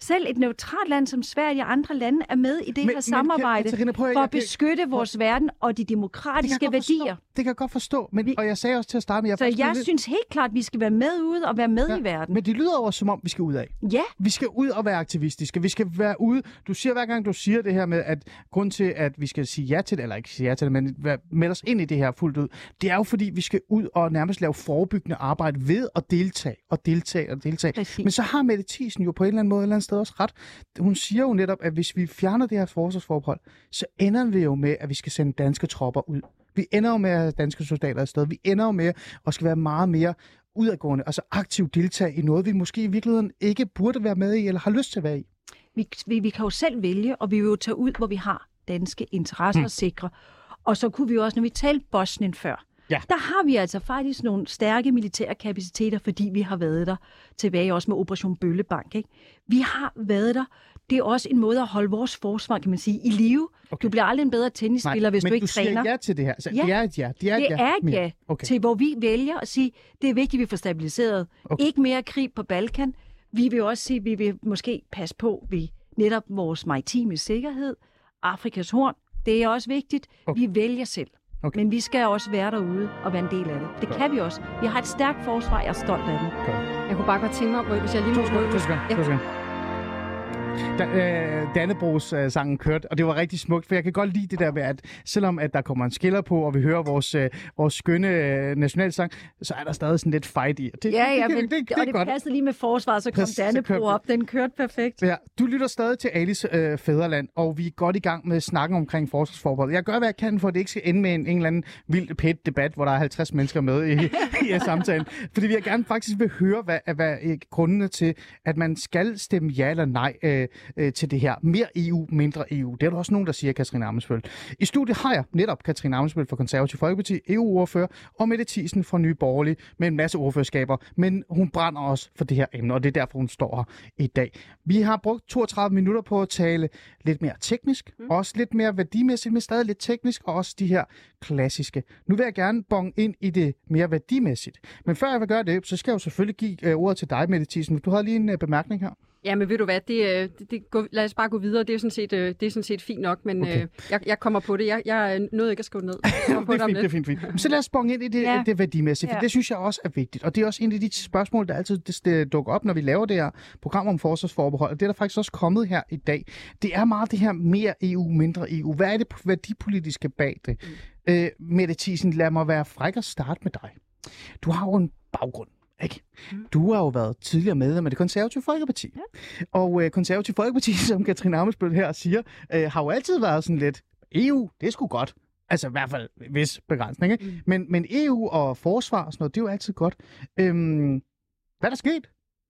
Selv et neutralt land som Sverige og andre lande er med i det men, her men, samarbejde Katarina, prøv, for jeg, at beskytte jeg, vores verden og de demokratiske det værdier. Forstå, det kan jeg godt forstå, men, vi, og jeg sagde også til at starte med... Jeg så jeg lidt... synes helt klart, at vi skal være med ude og være med ja, i verden. Men det lyder over, som om vi skal ud af. Ja. Vi skal ud og være aktivistiske. Vi skal være ude... Du siger hver gang, du siger det her med, at grund til, at vi skal sige ja til det, eller ikke sige ja til det, men melde os ind i det her fuldt ud, det er jo fordi, vi skal ud og nærmest lave forebyggende arbejde ved at deltage og deltage og deltage. Præcis. Men så har Mette Thiesen jo på en eller anden måde et eller andet sted også ret. Hun siger jo netop, at hvis vi fjerner det her forsvarsforbehold, så ender vi jo med, at vi skal sende danske tropper ud. Vi ender jo med at have danske soldater et sted. Vi ender jo med at skal være meget mere udadgående, altså aktivt deltage i noget, vi måske i virkeligheden ikke burde være med i, eller har lyst til at være i. Vi, vi, vi kan jo selv vælge, og vi vil jo tage ud, hvor vi har danske interesser mm. at sikre. Og så kunne vi jo også, når vi talte Bosnien før, ja. Der har vi altså faktisk nogle stærke militære kapaciteter, fordi vi har været der tilbage også med Operation Bøllebank. Ikke? Vi har været der. Det er også en måde at holde vores forsvar, kan man sige, i live. Okay. Du bliver aldrig en bedre tennisspiller, Nej, hvis du ikke træner. Men du siger ja til det her. Altså, ja. Det er et ja. Det er et det ja, er et ja okay. til, hvor vi vælger at sige, det er vigtigt, at vi får stabiliseret. Okay. Ikke mere krig på Balkan. Vi vil også sige, at vi vil måske passe på ved netop vores maritime sikkerhed. Afrikas Horn, det er også vigtigt. Okay. Vi vælger selv. Okay. Men vi skal også være derude og være en del af det. Det kan vi også. Vi har et stærkt forsvar, jeg er stolt af det. Okay. Jeg kunne bare godt tænke mig, hvis jeg lige må... Tusind, tusind. Da, øh, Dannebrogs-sangen kørte, og det var rigtig smukt, for jeg kan godt lide det der med, at selvom at der kommer en skiller på, og vi hører vores, øh, vores skønne øh, nationalsang, så er der stadig sådan lidt fight i. Det, ja, ja, det, men, det, det, det, og det, det passede lige med forsvaret, så kom Dannebro op. Den kørte perfekt. Ja, du lytter stadig til Alis øh, Fædreland, og vi er godt i gang med snakken omkring forsvarsforbeholdet. Jeg gør, hvad jeg kan, for at det ikke skal ende med en, en eller anden vild pæt debat, hvor der er halvtreds mennesker med i, i, i samtalen. Fordi vi gerne faktisk vil høre, hvad, hvad er grundene til, at man skal stemme ja eller nej øh, øh, til det her. Mere E U, mindre E U. Det er der også nogen, der siger, Katarina Ammitzbøll. I studiet har jeg netop Katarina Ammitzbøll fra Konservative Folkeparti, E U-ordfører, og Mette Thiesen fra Nye Borgerlige med en masse ordførerskaber, men hun brænder også for det her emne, og det er derfor, hun står her i dag. Vi har brugt toogtredive minutter på at tale lidt mere teknisk, mm. også lidt mere værdimæssigt, men stadig lidt teknisk, og også de her klassiske. Nu vil jeg gerne bonge ind i det mere værdimæssigt. Men før jeg vil gøre det, så skal jeg jo selvfølgelig give uh, ordet til dig, Mette Thiesen. Du har lige en uh, bemærkning her. Ja, men ved du hvad, det, det, det går, lad os bare gå videre. Det er sådan set, det er sådan set fint nok, men okay. øh, jeg, jeg kommer på det. Jeg, jeg nåede ikke at skrive ned. det, er fint, det er fint, fint. Men så lad os bonge ind i det, ja. det værdimæssige, for ja. det synes jeg også er vigtigt. Og det er også en af de spørgsmål, der altid det, det dukker op, når vi laver det her program om forsvarsforbehold. Og det er der faktisk også kommet her i dag. Det er meget det her mere E U, mindre E U. Hvad er det værdipolitiske bag det? Mm. Øh, Mette Thiesen, lad mig være fræk og starte med dig. Du har jo en baggrund. Ikke? Mm. Du har jo været tidligere medlem af det Konservative Folkeparti. Ja. Og øh, Konservative Folkeparti, som Katarina Ammitzbøll her siger, øh, har jo altid været sådan lidt, E U, det er sgu godt. Altså i hvert fald vis begrænsning. Ikke? Mm. Men, men E U og forsvar og sådan noget, det er jo altid godt. Øhm, hvad er der sket?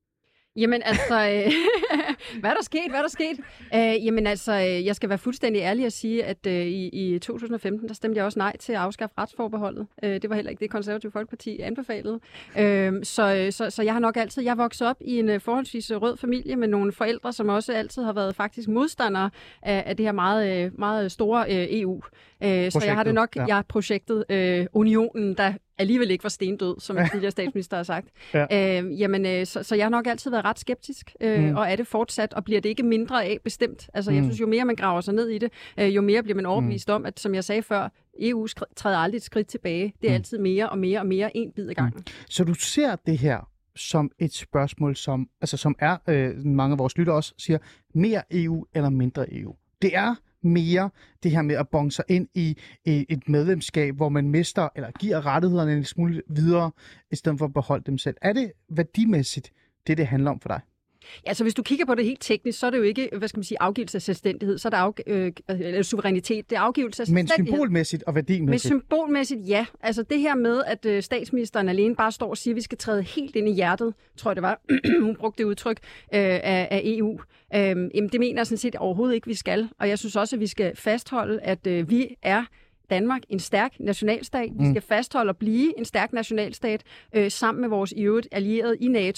Jamen altså, øh, hvad er der sket? Hvad er der sket? Øh, jamen altså, jeg skal være fuldstændig ærlig at sige, at øh, i, i to tusind og femten, der stemte jeg også nej til at afskaffe retsforbeholdet. Øh, det var heller ikke det, Konservative Folkeparti anbefalede. Øh, så, så, så jeg har nok altid, jeg er vokset op i en uh, forholdsvis rød familie med nogle forældre, som også altid har været faktisk modstandere af, af det her meget, meget store øh, E U. Øh, så jeg har det nok, ja. jeg har projektet øh, Unionen, der alligevel ikke var stendød, som en tidligere statsminister har sagt. Ja. Øh, jamen, øh, så, så jeg har nok altid været ret skeptisk, øh, mm. og er det fortsat, og bliver det ikke mindre af bestemt. Altså, mm. jeg synes, jo mere man graver sig ned i det, øh, jo mere bliver man overbevist mm. om, at som jeg sagde før, E U træder aldrig et skridt tilbage. Det er mm. altid mere og mere og mere en bid ad gangen. Mm. Så du ser det her som et spørgsmål, som, altså, som er, øh, mange af vores lyttere også siger, mere E U eller mindre E U. Det er mere det her med at bonge sig ind i, i et medlemskab, hvor man mister eller giver rettighederne en smule videre, i stedet for at beholde dem selv. Er det værdimæssigt, det det handler om for dig? Ja, så hvis du kigger på det helt teknisk, så er det jo ikke, hvad skal man sige, afgivelse af selvstændighed, så er det af, øh, eller suverænitet, det er afgivelse af selvstændighed. Men symbolmæssigt og værdimæssigt? Men symbolmæssigt, ja. Altså det her med, at øh, statsministeren alene bare står og siger, at vi skal træde helt ind i hjertet, tror jeg det var, hun brugte det udtryk, øh, af, af E U. Øh, jamen, det mener jeg sådan set overhovedet ikke, vi skal. Og jeg synes også, at vi skal fastholde, at øh, vi er Danmark en stærk nationalstat. Vi skal fastholde at blive en stærk nationalstat øh, sammen med vores i øvrigt allierede i NATO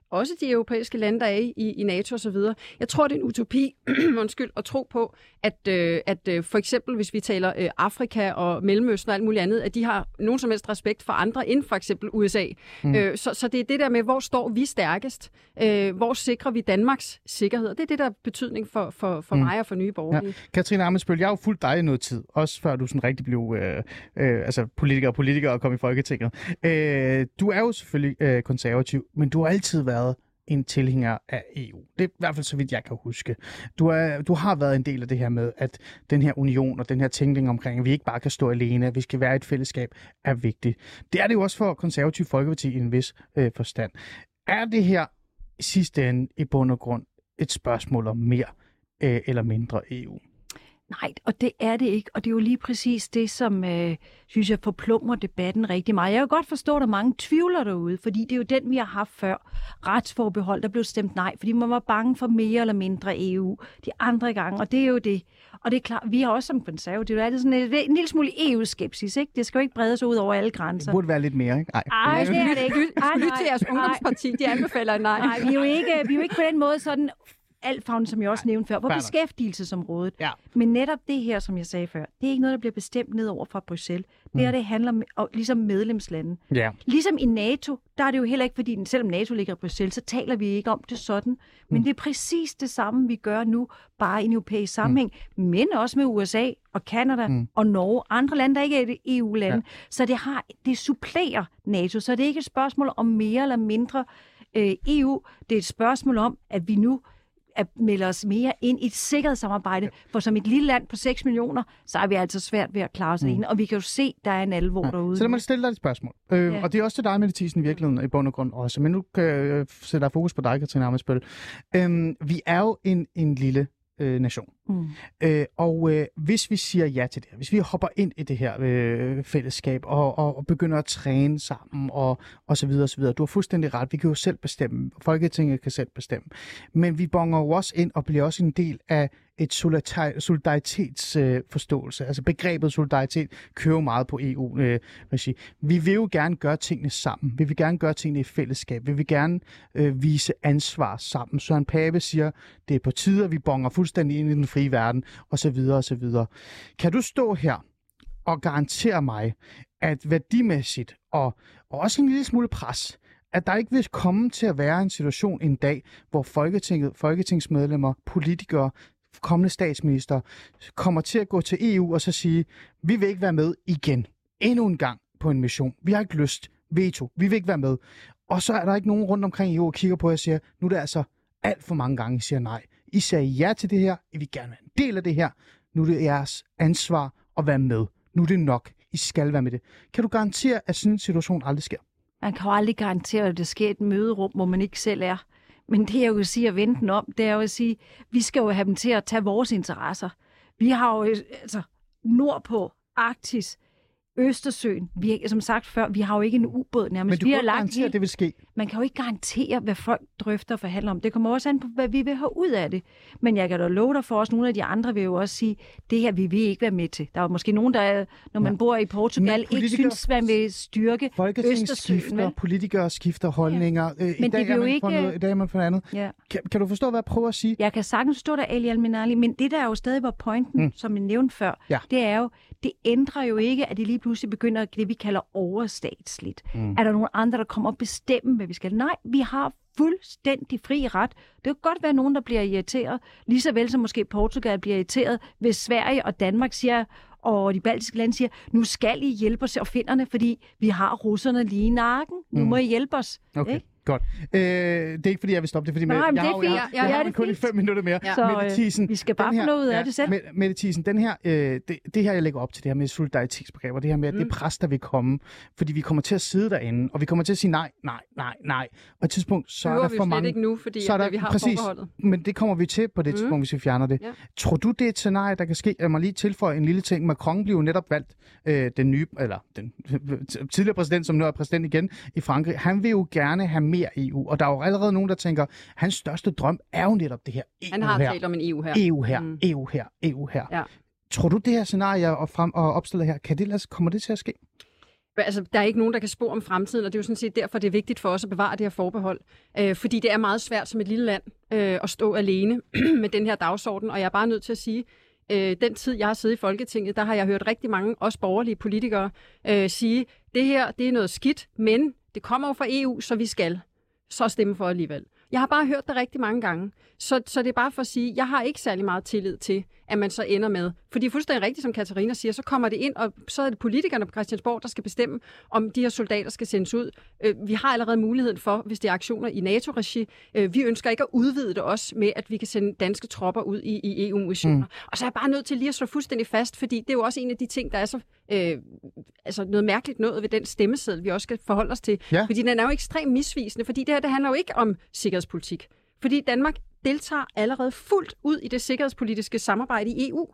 også de europæiske lande, der er i, i NATO osv. Jeg tror, det er en utopi undskyld, at tro på, at, øh, at øh, for eksempel, hvis vi taler øh, Afrika og Mellemøsten og alt muligt andet, at de har nogen som helst respekt for andre end for eksempel U S A. Mm. Øh, så, så det er det der med, hvor står vi stærkest? Øh, hvor sikrer vi Danmarks sikkerhed? Og det er det, der er betydning for, for, for mm. mig og for Nye Borgerlige. Ja. Katrine Ammitzbøll, jeg har jo fulgt dig i noget tid, også før du sådan rigtig blev øh, øh, altså politiker og politiker og kom i Folketinget. Øh, du er jo selvfølgelig øh, konservativ, men du har altid været en tilhænger af E U. Det er i hvert fald så vidt jeg kan huske. Du, er, du har været en del af det her med, at den her union og den her tænkning omkring, at vi ikke bare kan stå alene, at vi skal være et fællesskab, er vigtigt. Det er det jo også for Konservativ Folkeparti i en vis øh, forstand. Er det her i sidste ende i bund og grund et spørgsmål om mere øh, eller mindre E U? Nej, og det er det ikke. Og det er jo lige præcis det, som øh, synes jeg forplumrer debatten rigtig meget. Jeg kan godt forstå, at der er mange tvivler derude, fordi det er jo den, vi har haft før. Retsforbehold, der blev stemt nej, fordi man var bange for mere eller mindre E U de andre gange, og det er jo det. Og det er klart, vi har også som konservative, er det sådan en, en lille smule E U-skepsis, ikke? Det skal jo ikke brede sig ud over alle grænser. Det burde være lidt mere, ikke? Nej, Ej, det er det ikke. Lyt til jeres ungdomsparti, de anbefaler nej. Nej, vi er jo ikke, vi er jo ikke på den måde sådan altfavn, som jeg også nævnte før, på beskæftigelsesområdet. Ja. Men netop det her, som jeg sagde før, det er ikke noget, der bliver bestemt nedover fra Bruxelles. Det her, det handler om ligesom medlemslande. Ja. Ligesom i NATO, der er det jo heller ikke, fordi selvom NATO ligger i Bruxelles, så taler vi ikke om det sådan. Men mm. det er præcis det samme, vi gør nu, bare i en europæisk sammenhæng, mm. men også med U S A og Canada mm. og Norge, andre lande, der ikke er et E U-lande. Ja. Så det, har, det supplerer NATO, så det er ikke et spørgsmål om mere eller mindre øh, E U. Det er et spørgsmål om, at vi nu at melde os mere ind i et sikkerhedssamarbejde, for som et lille land på seks millioner, så er vi altså svært ved at klare os mm. ind, og vi kan jo se, der er en alvor ja. derude. Så lad mig stille dig et spørgsmål. Øh, ja. Og det er også til dig, Mette Thiesen, i virkeligheden, i bund og grund også. Men nu kan jeg sætte dig fokus på dig, Katrine Ammitzbøll. Øh, vi er jo en, en lille øh, nation. Mm. Øh, og øh, hvis vi siger ja til det her, hvis vi hopper ind i det her øh, fællesskab og, og, og begynder at træne sammen og, og så videre og så videre. Du har fuldstændig ret. Vi kan jo selv bestemme. Folketinget kan selv bestemme. Men vi bonger jo også ind og bliver også en del af et solidaritetsforståelse. Øh, altså begrebet solidaritet kører meget på E U-regi. Øh, vi vil jo gerne gøre tingene sammen. Vi vil gerne gøre tingene i fællesskab. Vi vil gerne øh, vise ansvar sammen. Søren Pape siger, det er på tide, at vi bonger fuldstændig ind i den frie verden, og så videre, og så videre. Kan du stå her og garantere mig, at værdimæssigt og, og også en lille smule pres, at der ikke vil komme til at være en situation en dag, hvor Folketinget, folketingsmedlemmer, politikere, kommende statsminister kommer til at gå til E U og så sige, vi vil ikke være med igen. Endnu en gang på en mission. Vi har ikke lyst. Veto. Vi vil ikke være med. Og så er der ikke nogen rundt omkring E U og kigger på og siger, nu er det altså alt for mange gange, I siger nej. I sagde ja til det her. I vil gerne være en del af det her. Nu er det jeres ansvar at være med. Nu er det nok. I skal være med det. Kan du garantere, at sådan en situation aldrig sker? Man kan jo aldrig garantere, at det sker et møderum, hvor man ikke selv er. Men det, jeg jo sige at vente den om, det er jo at sige, vi skal jo have dem til at tage vores interesser. Vi har jo altså nordpå, Arktis, Østersøen. Vi, som sagt før, vi har jo ikke en ubåd nærmest. Men du vi kan har ikke garantere, at det vil ske. Man kan jo ikke garantere, hvad folk drøfter og forhandler om. Det kommer også an på, hvad vi vil have ud af det. Men jeg kan da love dig for os, nogle af de andre vil jo også sige, det her vi vil ikke være med til. Der er måske nogen, der, når man ja. bor i Portugal, ikke synes, man vil styrke Østersøen. Skifter, politikere skifter holdninger. Ja. Men det vil jo ikke... Noget, i dag er man for noget andet. Ja. Kan, kan du forstå, hvad jeg prøver at sige? Jeg kan sagtens forstå dig, Ali Al-Minali, men det der jo stadig var pointen, mm. som jeg nævnte før, ja. det er jo, det ændrer jo ikke, at det lige pludselig begynder det, vi kalder overstatsligt. Mm. Er der nogen andre, der kommer og bestemme, hvad vi skal? Nej, vi har fuldstændig fri ret. Det kan godt være nogen, der bliver irriteret, lige så vel som måske Portugal bliver irriteret, hvis Sverige og Danmark siger, og de baltiske lande siger, nu skal I hjælpe os og finderne, fordi vi har russerne lige i nakken. Nu mm. må I hjælpe os. Okay. Ikke? Godt. Øh, det er ikke, fordi jeg vil stoppe det, fordi Nej, med, jeg, jeg, har, jeg, har, jeg, jeg, jeg har kun i fem minutter mere. Ja. Så Mette Thiesen, vi skal bare få noget ud af ja, det selv. Mette Thiesen, den her, øh, det, det her, jeg lægger op til, det her med solidaritetsbegreber, det her med, at mm. det pres, der vil komme, fordi vi kommer til at sidde derinde, og vi kommer til at sige nej, nej, nej, nej. Og på et tidspunkt, så er der for mange... ikke nu, fordi så er der, vi har præcis, forbeholdet. Men det kommer vi til på det tidspunkt, mm. hvis vi fjerner det. Ja. Tror du, det er et scenarie, der kan ske? Jeg må lige tilføje en lille ting. Macron blev jo netop valgt, øh, den nye, eller den tidligere præsident, som nu er præsident igen i Frankrig. Han vil jo gerne have mere E U, og der er jo allerede nogen, der tænker, hans største drøm er jo netop det her E U her. Han har talt om en E U her. E U her, mm. E U her, E U her. Ja. Tror du, det her scenarie og, frem, og opstiller her, kan det lade, kommer det til at ske? Altså, der er ikke nogen, der kan spå om fremtiden, og det er jo sådan set derfor, det er vigtigt for os at bevare det her forbehold. Øh, fordi det er meget svært som et lille land øh, at stå alene med den her dagsorden, og jeg er bare nødt til at sige, øh, den tid, jeg har siddet i Folketinget, der har jeg hørt rigtig mange, også borgerlige politikere, øh, sige, det her, det er noget skidt, men det kommer jo fra E U, så vi skal så stemme for alligevel. Jeg har bare hørt det rigtig mange gange. Så, så det er bare for at sige, jeg har ikke særlig meget tillid til, at man så ender med. Fordi fuldstændig rigtigt, som Katarina siger, så kommer det ind, og så er det politikerne på Christiansborg, der skal bestemme, om de her soldater skal sendes ud. Vi har allerede muligheden for, hvis det er aktioner i NATO-regi. Vi ønsker ikke at udvide det også med, at vi kan sende danske tropper ud i, i E U-missioner. Mm. Og så er jeg bare nødt til lige at slå fuldstændig fast, fordi det er jo også en af de ting, der er så øh, altså noget mærkeligt noget ved den stemmeseddel, vi også skal forholde os til. Ja. Fordi den er jo ekstremt misvisende, fordi det her det handler jo ikke om sikkerhedspolitik. Fordi Danmark deltager allerede fuldt ud i det sikkerhedspolitiske samarbejde i E U.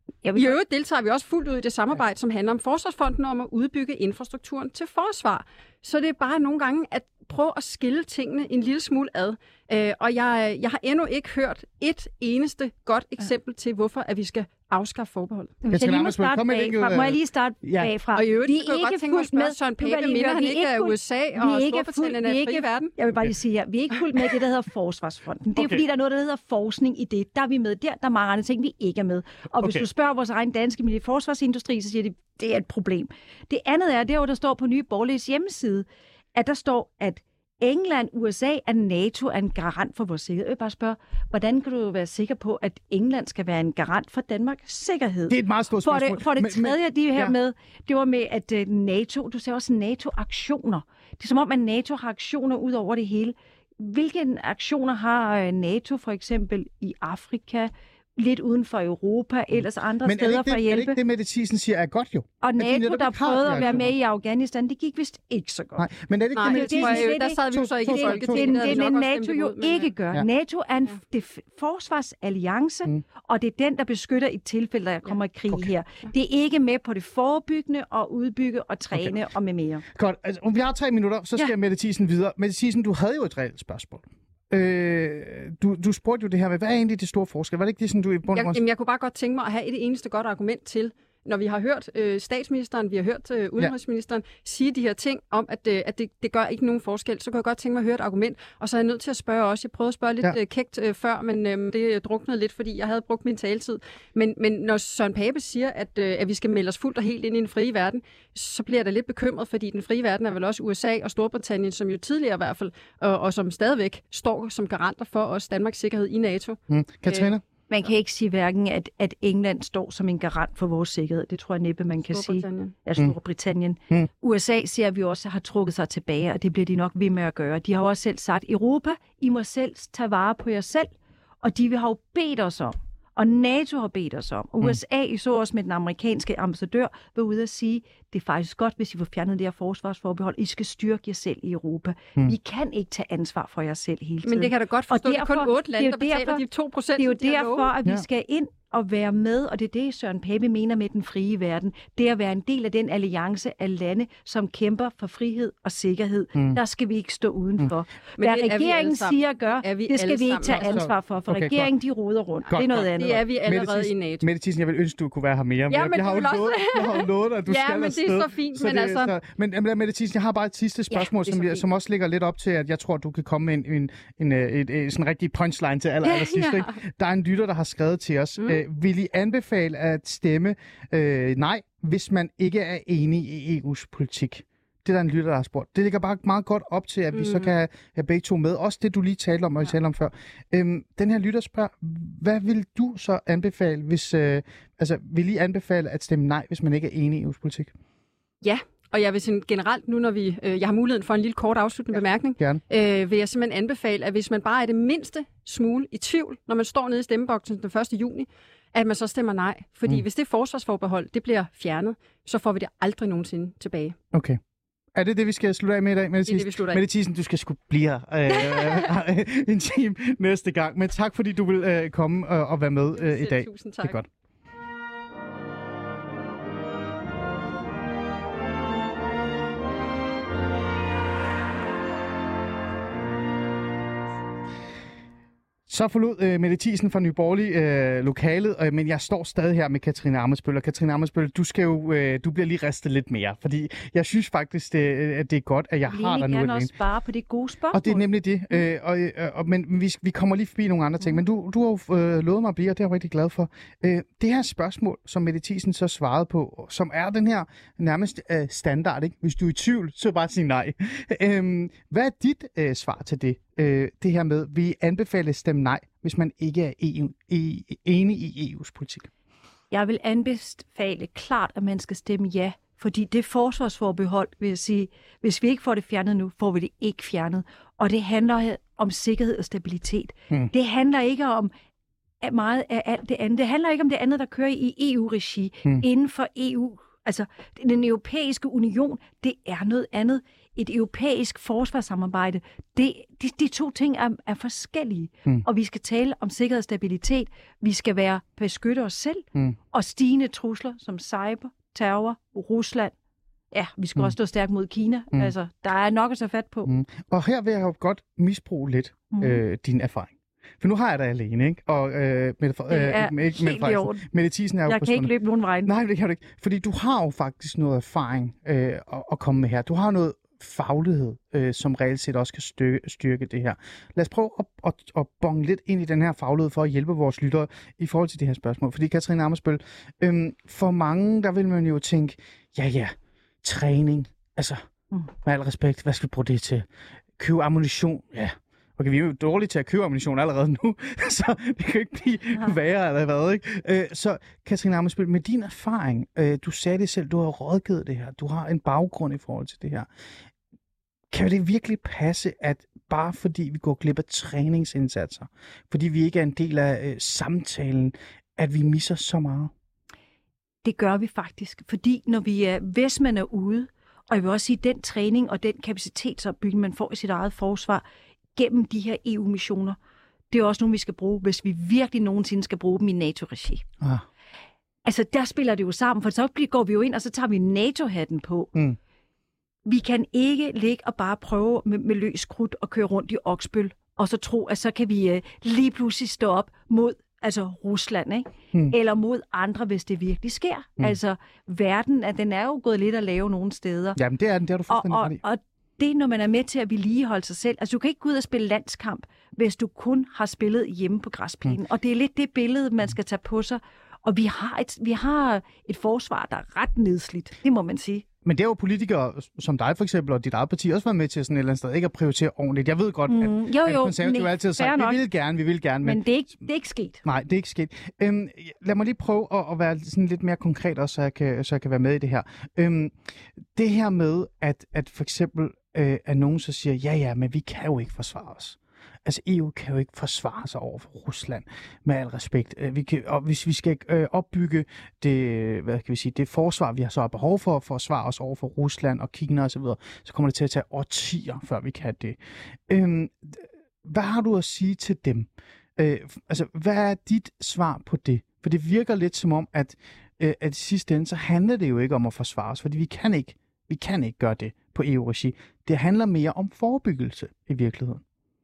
I øvrigt deltager vi også fuldt ud i det samarbejde, som handler om Forsvarsfonden om at udbygge infrastrukturen til forsvar. Så det er bare nogle gange at prøve at skille tingene en lille smule ad. Øh, og jeg, jeg har endnu ikke hørt et eneste godt eksempel til, hvorfor at vi skal afskaffe forbeholdet. Jeg jeg lige må, starte bagfra. Må jeg lige starte ja. bagfra? Og i øvrigt, vi er ikke tænke mig at spørge Søren Pape, mener han ikke er U S A og Storbritannien er fri verden? Jeg vil bare lige sige her, vi er ikke fuldt med det, der hedder Forsvarsfonden. Det er okay. Fordi, der er noget, der hedder forskning i det. Der er vi med der, der er mange andre ting, vi ikke er med. Og okay. hvis du spørger vores egen danske forsvarsindustri, så siger de, det er et problem. Det andet er, det er jo, der står på Nye Borgerliges hjemmeside, at der står, at England, U S A og NATO er en garant for vores sikkerhed. Jeg vil bare spørge, hvordan kan du være sikker på, at England skal være en garant for Danmarks sikkerhed? Det er et meget stort spørgsmål. For det, for det men, tredje, men, de her ja. med, det var med, at uh, NATO, du ser også NATO-aktioner. Det er som om, at NATO har aktioner ud over det hele. Hvilke aktioner har uh, NATO for eksempel i Afrika, lidt uden for Europa, ellers andre men steder det, for at hjælpe? Men er det ikke det, Mette Thiesen siger er godt jo? Og NATO, der prøvede at være med i Afghanistan, det gik vist ikke så godt. Nej, men er det ikke Nej, det, Mette Thiesen siger? Der sad vi jo så ikke i Folketinget. Det er det, NATO jo ikke gør. Ja. NATO er en det forsvarsalliance, mm. og det er den, der beskytter i tilfælde, der kommer i krig okay. her. Det er ikke med på det forebyggende og udbygge og træne okay. og med mere. Godt, altså, om vi har tre minutter, så skal ja. Mette Thiesen videre. Mette Thiesen, du havde jo et reelt spørgsmål. Øh, du, du spurgte jo det her med, hvad er egentlig det store forskel? Var det ikke det, som du i bund og grund... Jeg, jeg kunne bare godt tænke mig at have et eneste godt argument til, når vi har hørt øh, statsministeren, vi har hørt øh, udenrigsministeren ja. sige de her ting om, at, øh, at det, det gør ikke nogen forskel, så kunne jeg godt tænke mig at høre et argument. Og så er jeg nødt til at spørge også. Jeg prøvede at spørge lidt ja. øh, kægt øh, før, men øh, det druknede lidt, fordi jeg havde brugt min taletid. Men, men når Søren Pape siger, at, øh, at vi skal melde os fuldt og helt ind i den frie verden, så bliver jeg da lidt bekymret, fordi den frie verden er vel også U S A og Storbritannien, som jo tidligere i hvert fald, og, og som stadigvæk står som garanter for os Danmarks sikkerhed i NATO. Mm. Katrine? Øh, Man kan ikke sige hverken, at, at England står som en garant for vores sikkerhed. Det tror jeg næppe, man kan sige. Ja, Storbritannien. Mm. U S A ser vi også har trukket sig tilbage, og det bliver de nok ved med at gøre. De har jo også selv sagt, Europa, I må selv tage vare på jer selv, og de vil have bedt os om. Og NATO har bedt os om. Og U S A, I så også med den amerikanske ambassadør, var ude at sige, det er faktisk godt, hvis I får fjernet det her forsvarsforbehold. I skal styrke jer selv i Europa. Mm. Vi kan ikke tage ansvar for jer selv hele tiden. Men det kan da godt forstå, at det er kun otte lande, der betaler derfor, de to procent. Det er jo de derfor, at vi ja. skal ind og være med, og det er det, Søren Pape mener med den frie verden. Det er at være en del af den alliance af lande, som kæmper for frihed og sikkerhed. Mm. Der skal vi ikke stå udenfor. Mm. Hvad regeringen siger og gør, det skal vi ikke tage ansvar for, for okay, regeringen, de roder rundt. Godt, det er noget andet. Det er vi allerede i NATO. Mette Thiesen, jeg vil ønske, du kunne være her mere. Ja, men jeg, har også... lovet, jeg har jo lovet dig, at du ja, skal men afsted. det er så fint, så men det, altså... Så, men Mette Thiesen, jeg har bare et sidste spørgsmål, ja, som, jeg, som også ligger lidt op til, at jeg tror, du kan komme med en, en, en, en, en, en sådan rigtig punchline til aller, aller sidst. Ja. Der er en lytter, der har skrevet til os. Mm. Øh, vil I anbefale at stemme øh, nej, hvis man ikke er enig i E U's politik? Det er der en lytter, der har spurgt. Det ligger bare meget godt op til, at vi mm. så kan have begge to med. Også det, du lige talte om, og vi ja. talte om før. Øhm, den her lytter spørger, hvad vil du så anbefale, hvis... Øh, altså, vil I anbefale at stemme nej, hvis man ikke er enig i E U's politik? Ja, og jeg vil sådan generelt, nu når vi, øh, jeg har muligheden for en lille kort afsluttende ja, bemærkning, øh, vil jeg simpelthen anbefale, at hvis man bare er det mindste smule i tvivl, når man står nede i stemmeboksen den første juni, at man så stemmer nej. Fordi mm. hvis det forsvarsforbehold, det bliver fjernet, så får vi det aldrig nogensinde tilbage. Okay. Er det det, vi skal slutte af med i dag? Mette det er det, vi slutter af. Mette Thiesen, du skal sgu blive her øh, en time næste gang. Men tak, fordi du vil øh, komme og, og være med øh, i dag. Tusind tak. Det er godt. Så forlod øh, Mette Thiesen fra Nye Borgerlige øh, lokalet, øh, men jeg står stadig her med Katarina Ammitzbøll. Og Katarina Ammitzbøll, du skal jo, øh, du bliver lige ristet lidt mere, fordi jeg synes faktisk, det, at det er godt, at jeg Lene har dig nu. Jeg vil også spare på det gode spørgsmål. Og det er nemlig det. Øh, og, øh, og, men vi, vi kommer lige forbi nogle andre ting. Mm. Men du, du har jo øh, lovet mig at blive, og det er jeg rigtig glad for. Øh, det her spørgsmål, som Mette Thiesen så svarede på, som er den her nærmest øh, standard, ikke? Hvis du er i tvivl, så bare sig nej. Øh, hvad er dit øh, svar til det? Øh, det her med, vi anbefaler at stemme nej, hvis man ikke er E U, e, enig i E U's politik. Jeg vil anbefale klart, at man skal stemme ja, fordi det forsvarsforbehold, vil jeg sige, hvis vi ikke får det fjernet nu, får vi det ikke fjernet. Og det handler om sikkerhed og stabilitet. Hmm. Det handler ikke om meget af alt det andet. Det handler ikke om det andet, der kører i E U-regi hmm. inden for E U. Altså, den europæiske union, det er noget andet. Et europæisk forsvarssamarbejde, det, de, de to ting er, er forskellige. Mm. Og vi skal tale om sikkerhed og stabilitet. Vi skal være beskytte os selv. Mm. Og stigende trusler som cyber, terror, Rusland. Ja, vi skal mm. også stå stærkt mod Kina. Mm. Altså, der er nok at tage fat på. Mm. Og her vil jeg jo godt misbruge lidt mm. øh, din erfaring. For nu har jeg dig alene, ikke? Og øh, Mette, det er øh, Mette, Mette, Mette Thiesen er jo jeg kan ikke løbe nogen vej. Nej, det kan du ikke. Fordi du har jo faktisk noget erfaring øh, at, at komme med her. Du har noget faglighed, øh, som reelt set også kan styrke, styrke det her. Lad os prøve at, at, at bonge lidt ind i den her faglighed for at hjælpe vores lyttere i forhold til det her spørgsmål. Fordi Katarina Ammitzbøll, øh, for mange, der vil man jo tænke, ja ja, træning, altså, mm. med al respekt, hvad skal vi bruge det til? Købe ammunition, ja. Okay, vi er jo dårlige til at købe ammunition allerede nu, så det kan jo ikke blive ja. værre eller hvad, ikke? Øh, så Katarina Ammitzbøll, med din erfaring, øh, du sagde det selv, du har rådgivet det her, du har en baggrund i forhold til det her. Kan det virkelig passe, at bare fordi vi går glip af træningsindsatser, fordi vi ikke er en del af øh, samtalen, at vi misser så meget? Det gør vi faktisk, fordi når vi er, hvis man er ude, og jeg vil også sige, den træning og den kapacitetsopbygning, man får i sit eget forsvar, gennem de her E U-missioner, det er også nogle, vi skal bruge, hvis vi virkelig nogensinde skal bruge dem i NATO-regi. Ah. Altså, der spiller det jo sammen, for så går vi jo ind, og så tager vi NATO-hatten på. Mm. Vi kan ikke ligge og bare prøve med, med løs krudt og køre rundt i Oksbøl, og så tro, at så kan vi uh, lige pludselig stå op mod altså Rusland, ikke? Mm. Eller mod andre, hvis det virkelig sker. Mm. Altså, verden, at den er jo gået lidt at lave nogle steder. Jamen, det er den, det er du fuldstændig ret i. Og, og det, når man er med til at vedligeholde sig selv. Altså, du kan ikke gå ud og spille landskamp, hvis du kun har spillet hjemme på græsplænen. Mm. Og det er lidt det billede, man skal tage på sig. Og vi har et, vi har et forsvar, der er ret nedslidt. Det må man sige. Men det er jo politikere som dig for eksempel, og dit eget parti også været med til sådan et eller andet sted, ikke at prioritere ordentligt. Jeg ved godt, mm. at, jo, jo, at konservative altid har sagt, vi vil gerne, vi vil gerne. Men, men det, er ikke, det er ikke sket. Nej, det er ikke sket. Øhm, lad mig lige prøve at, at være sådan lidt mere konkret også, så jeg kan, så jeg kan være med i det her. Øhm, det her med, at, at for eksempel øh, at nogen så siger, ja ja, men vi kan jo ikke forsvare os. Altså E U kan jo ikke forsvare sig over for Rusland, med al respekt. Vi kan, og hvis vi skal øh, opbygge det, hvad kan vi sige, det forsvar, vi har så har behov for at forsvare os over for Rusland og Kina osv., så, så kommer det til at tage årtier, før vi kan det. Øhm, hvad har du at sige til dem? Øh, altså, hvad er dit svar på det? For det virker lidt som om, at, øh, at i sidste ende, så handler det jo ikke om at forsvare os, fordi vi kan ikke, vi kan ikke gøre det på E U-regi. Det handler mere om forebyggelse i virkeligheden.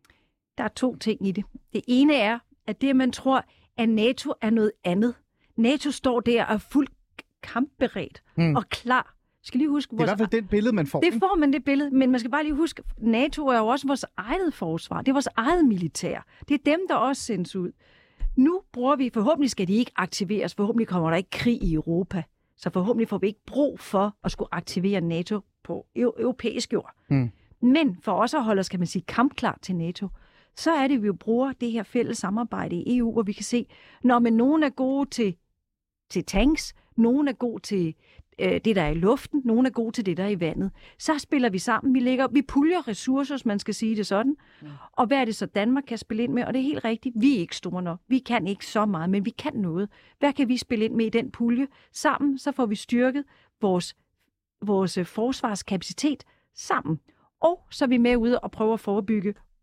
Der er to ting i det. Det ene er, at det, man tror, at NATO er noget andet. NATO står der og er fuldt kampberedt mm. og klar. Skal lige huske, det er vores... i hvert fald det billede, man får. Det får man det billede, men man skal bare lige huske, NATO er jo også vores eget forsvar. Det er vores eget militær. Det er dem, der også sendes ud. Nu bruger vi, forhåbentlig skal de ikke aktiveres, forhåbentlig kommer der ikke krig i Europa, så forhåbentlig får vi ikke brug for at skulle aktivere NATO på europæisk jord. Mm. Men for os at holde os, kan man sige, kampklar til NATO, så er det, at vi jo bruger det her fælles samarbejde i E U, hvor vi kan se, når man nogen er gode til, til tanks, nogen er gode til øh, det, der er i luften, nogen er gode til det, der er i vandet. Så spiller vi sammen. Vi, lægger, vi puljer ressourcer, hvis man skal sige det sådan. Ja. Og hvad er det så, Danmark kan spille ind med? Og det er helt rigtigt. Vi er ikke store nok. Vi kan ikke så meget, men vi kan noget. Hvad kan vi spille ind med i den pulje? Sammen, så får vi styrket vores, vores forsvarskapacitet sammen. Og så er vi med ude og prøve at forebygge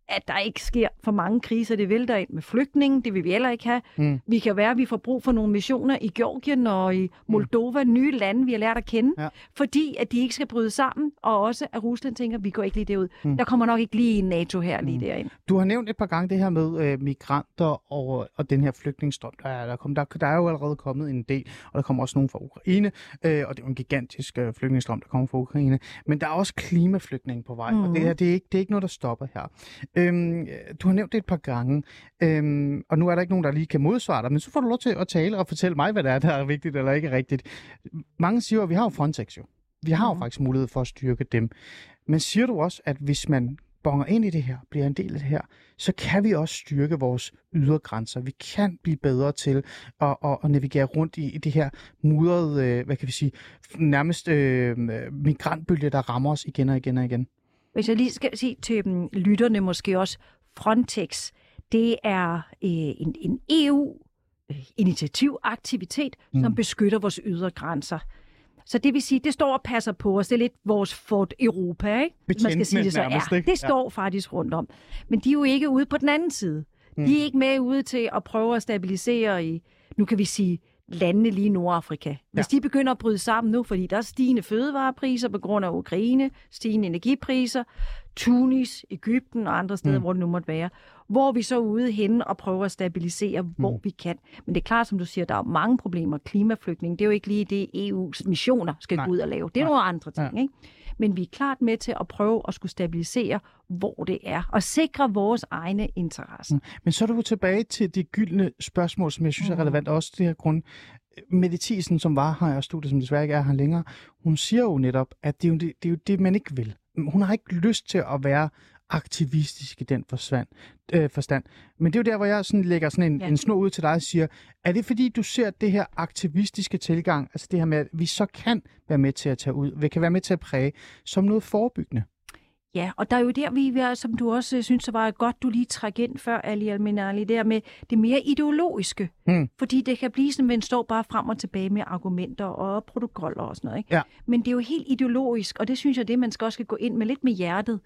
at der ikke sker for mange kriser. Det vælter ind med flygtninge, det vil vi heller ikke have. Mm. Vi kan være, at vi får brug for nogle missioner i Georgien og i Moldova, mm. nye lande, vi har lært at kende, ja. fordi at de ikke skal bryde sammen, og også at Rusland tænker, at vi går ikke lige derud. Mm. Der kommer nok ikke lige en NATO her lige mm. derind. Du har nævnt et par gange det her med øh, migranter og, og den her flygtningestrøm, der er, der, kom, der, der er jo allerede kommet en del, og der kommer også nogen fra Ukraine, øh, og det er jo en gigantisk øh, flygtningestrøm, der kommer fra Ukraine, men der er også klimaflygtninge på vej, mm. og det, her, det, er ikke, det er ikke noget, der stopper her. Øhm, du har nævnt det et par gange, øhm, og nu er der ikke nogen, der lige kan modsvare dig, men så får du lov til at tale og fortælle mig, hvad det er, der er vigtigt eller ikke rigtigt. Mange siger, at vi har jo Frontex jo. Vi har mm. jo faktisk mulighed for at styrke dem. Men siger du også, at hvis man bonger ind i det her, bliver en del af det her, så kan vi også styrke vores ydre grænser. Vi kan blive bedre til at, at, at navigere rundt i, i det her mudrede, øh, hvad kan vi sige, nærmest øh, migrantbølge, der rammer os igen og igen og igen. Hvis jeg lige skal sige til um, lytterne måske også, Frontex, det er øh, en, en E U-initiativaktivitet, mm. som beskytter vores ydre grænser. Så det vil sige, det står og passer på os. Det er lidt vores Fort Europa, ikke? Man skal sige det så. Ja, det står ja. faktisk rundt om. Men de er jo ikke ude på den anden side. Mm. De er ikke med ude til at prøve at stabilisere i, nu kan vi sige, landene lige i Nordafrika. Hvis ja. de begynder at bryde sammen nu, fordi der er stigende fødevarepriser på grund af Ukraine, stigende energipriser, Tunis, Egypten og andre steder, mm. hvor det nu måtte være, hvor vi så er ude henne og prøver at stabilisere, hvor mm. vi kan. Men det er klart, som du siger, der er mange problemer. Klimaflygtning, det er jo ikke lige det, E U's missioner skal Nej. gå ud og lave. Det er Nej. nogle andre ting, ja. ikke? Men vi er klart med til at prøve at skulle stabilisere, hvor det er, og sikre vores egne interesser. Mm. Men så er du tilbage til det gyldne spørgsmål, som jeg synes er relevant også det her grund. Mette Thiesen, som var her i studiet, som desværre ikke er her længere, hun siger jo netop, at det er jo det, det, er jo det man ikke vil. Hun har ikke lyst til at være aktivistisk i den forsvand, øh, forstand. Men det er jo der, hvor jeg sådan lægger sådan en, ja. en snor ud til dig og siger, er det fordi, du ser det her aktivistiske tilgang, altså det her med, at vi så kan være med til at tage ud, vi kan være med til at præge, som noget forebyggende? Ja, og der er jo der, vi er, som du også synes, så var godt, du lige træk ind før, Ali Al-Minali, der med det mere ideologiske. Mm. Fordi det kan blive sådan, at man står bare frem og tilbage med argumenter og protokoller og sådan noget. Ikke? Ja. Men det er jo helt ideologisk, og det synes jeg, det man skal også skal gå ind med lidt med hjertet.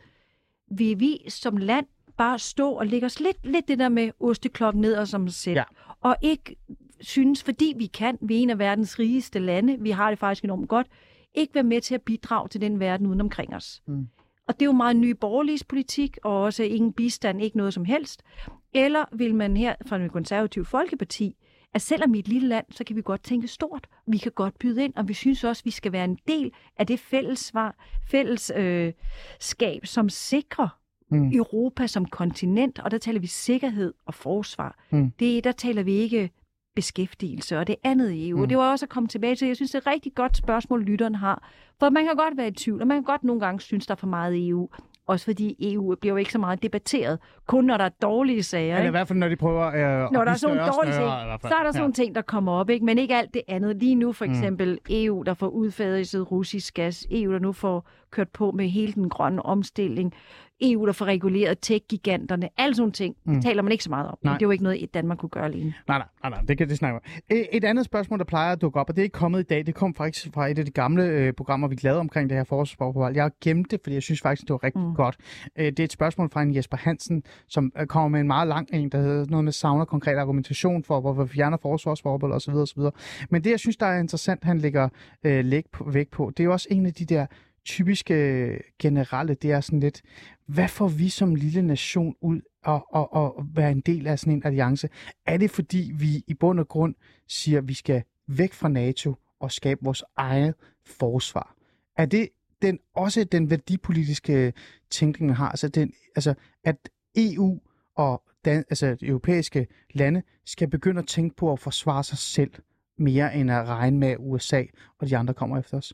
Vil vi som land bare stå og lægge os lidt, lidt det der med osteklokken ned og som selv, ja. og ikke synes, fordi vi kan, vi er en af verdens rigeste lande, vi har det faktisk enormt godt, ikke være med til at bidrage til den verden uden omkring os. Mm. Og det er jo meget ny borgerligs politik, og også ingen bistand, ikke noget som helst. Eller vil man her fra den konservative Folkeparti, at selvom i et lille land, så kan vi godt tænke stort. Vi kan godt byde ind, og vi synes også, at vi skal være en del af det fællesskab, fælles, øh, skab, som sikrer mm. Europa som kontinent. Og der taler vi sikkerhed og forsvar. Mm. Det, der taler vi ikke beskæftigelse og det andet i E U. Mm. Og det var også at komme tilbage til, jeg synes, det er et rigtig godt spørgsmål, lytteren har. For man kan godt være i tvivl, og man kan godt nogle gange synes, der er for meget E U. Også fordi E U bliver jo ikke så meget debatteret, kun når der er dårlige sager. Eller i hvert fald, når de prøver øh, når der er sådan nogle dårlige ting, så er der sådan nogle ja. ting, der kommer op, ikke? Men ikke alt det andet. Lige nu for eksempel mm. E U, der får udfaset russisk gas. E U, der nu får kørt på med hele den grønne omstilling. E U, der får reguleret tech-giganterne. Alle sådan nogle ting, mm. det taler man ikke så meget om. Men det er jo ikke noget, Danmark kunne gøre alene. Nej, nej, nej, nej det kan det snakke om. Et andet spørgsmål, der plejer at dukke op, og det er ikke kommet i dag, det kom faktisk fra et af de gamle øh, programmer, vi lavede omkring det her forsvarsforbehold. Jeg har gemt det, fordi jeg synes faktisk, det var rigtig mm. godt. Det er et spørgsmål fra en Jesper Hansen, som kommer med en meget lang en, der hedder noget med savner konkret argumentation for, hvorfor vi fjerner forsvarsforbehold osv. osv. Men det, jeg synes, der er interessant, han lægger øh, læg på, væk på, det er jo også en af de der typiske generelle, det er sådan lidt, hvad får vi som lille nation ud og, og, og være en del af sådan en alliance? Er det fordi, vi i bund og grund siger, at vi skal væk fra NATO og skabe vores eget forsvar? Er det den, også den værdipolitiske tænkning, man har? Altså, den, altså at E U og dan, altså, de europæiske lande skal begynde at tænke på at forsvare sig selv mere end at regne med U S A og de andre kommer efter os?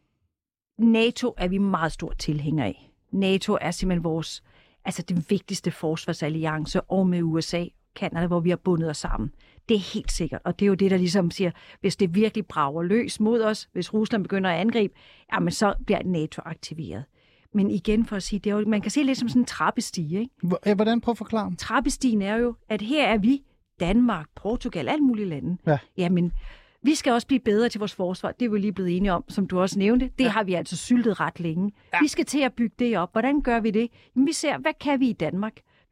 NATO er vi meget stor tilhænger af. NATO er simpelthen vores, altså den vigtigste forsvarsalliance, og med U S A, Canada, hvor vi har bundet os sammen. Det er helt sikkert, og det er jo det, der ligesom siger, hvis det virkelig brager løs mod os, hvis Rusland begynder at angribe, jamen så bliver NATO aktiveret. Men igen for at sige, det er jo, man kan se lidt som sådan en trappestige, ikke? Hvordan? Prøv at forklare. Trappestigen er jo, at her er vi, Danmark, Portugal, alle mulige lande. Ja. Jamen, vi skal også blive bedre til vores forsvar. Det er vi lige blevet enige om, som du også nævnte. Det ja. har vi altså syltet ret længe. Ja. Vi skal til at bygge det op. Hvordan gør vi det? Jamen, vi ser, hvad kan vi i Danmark?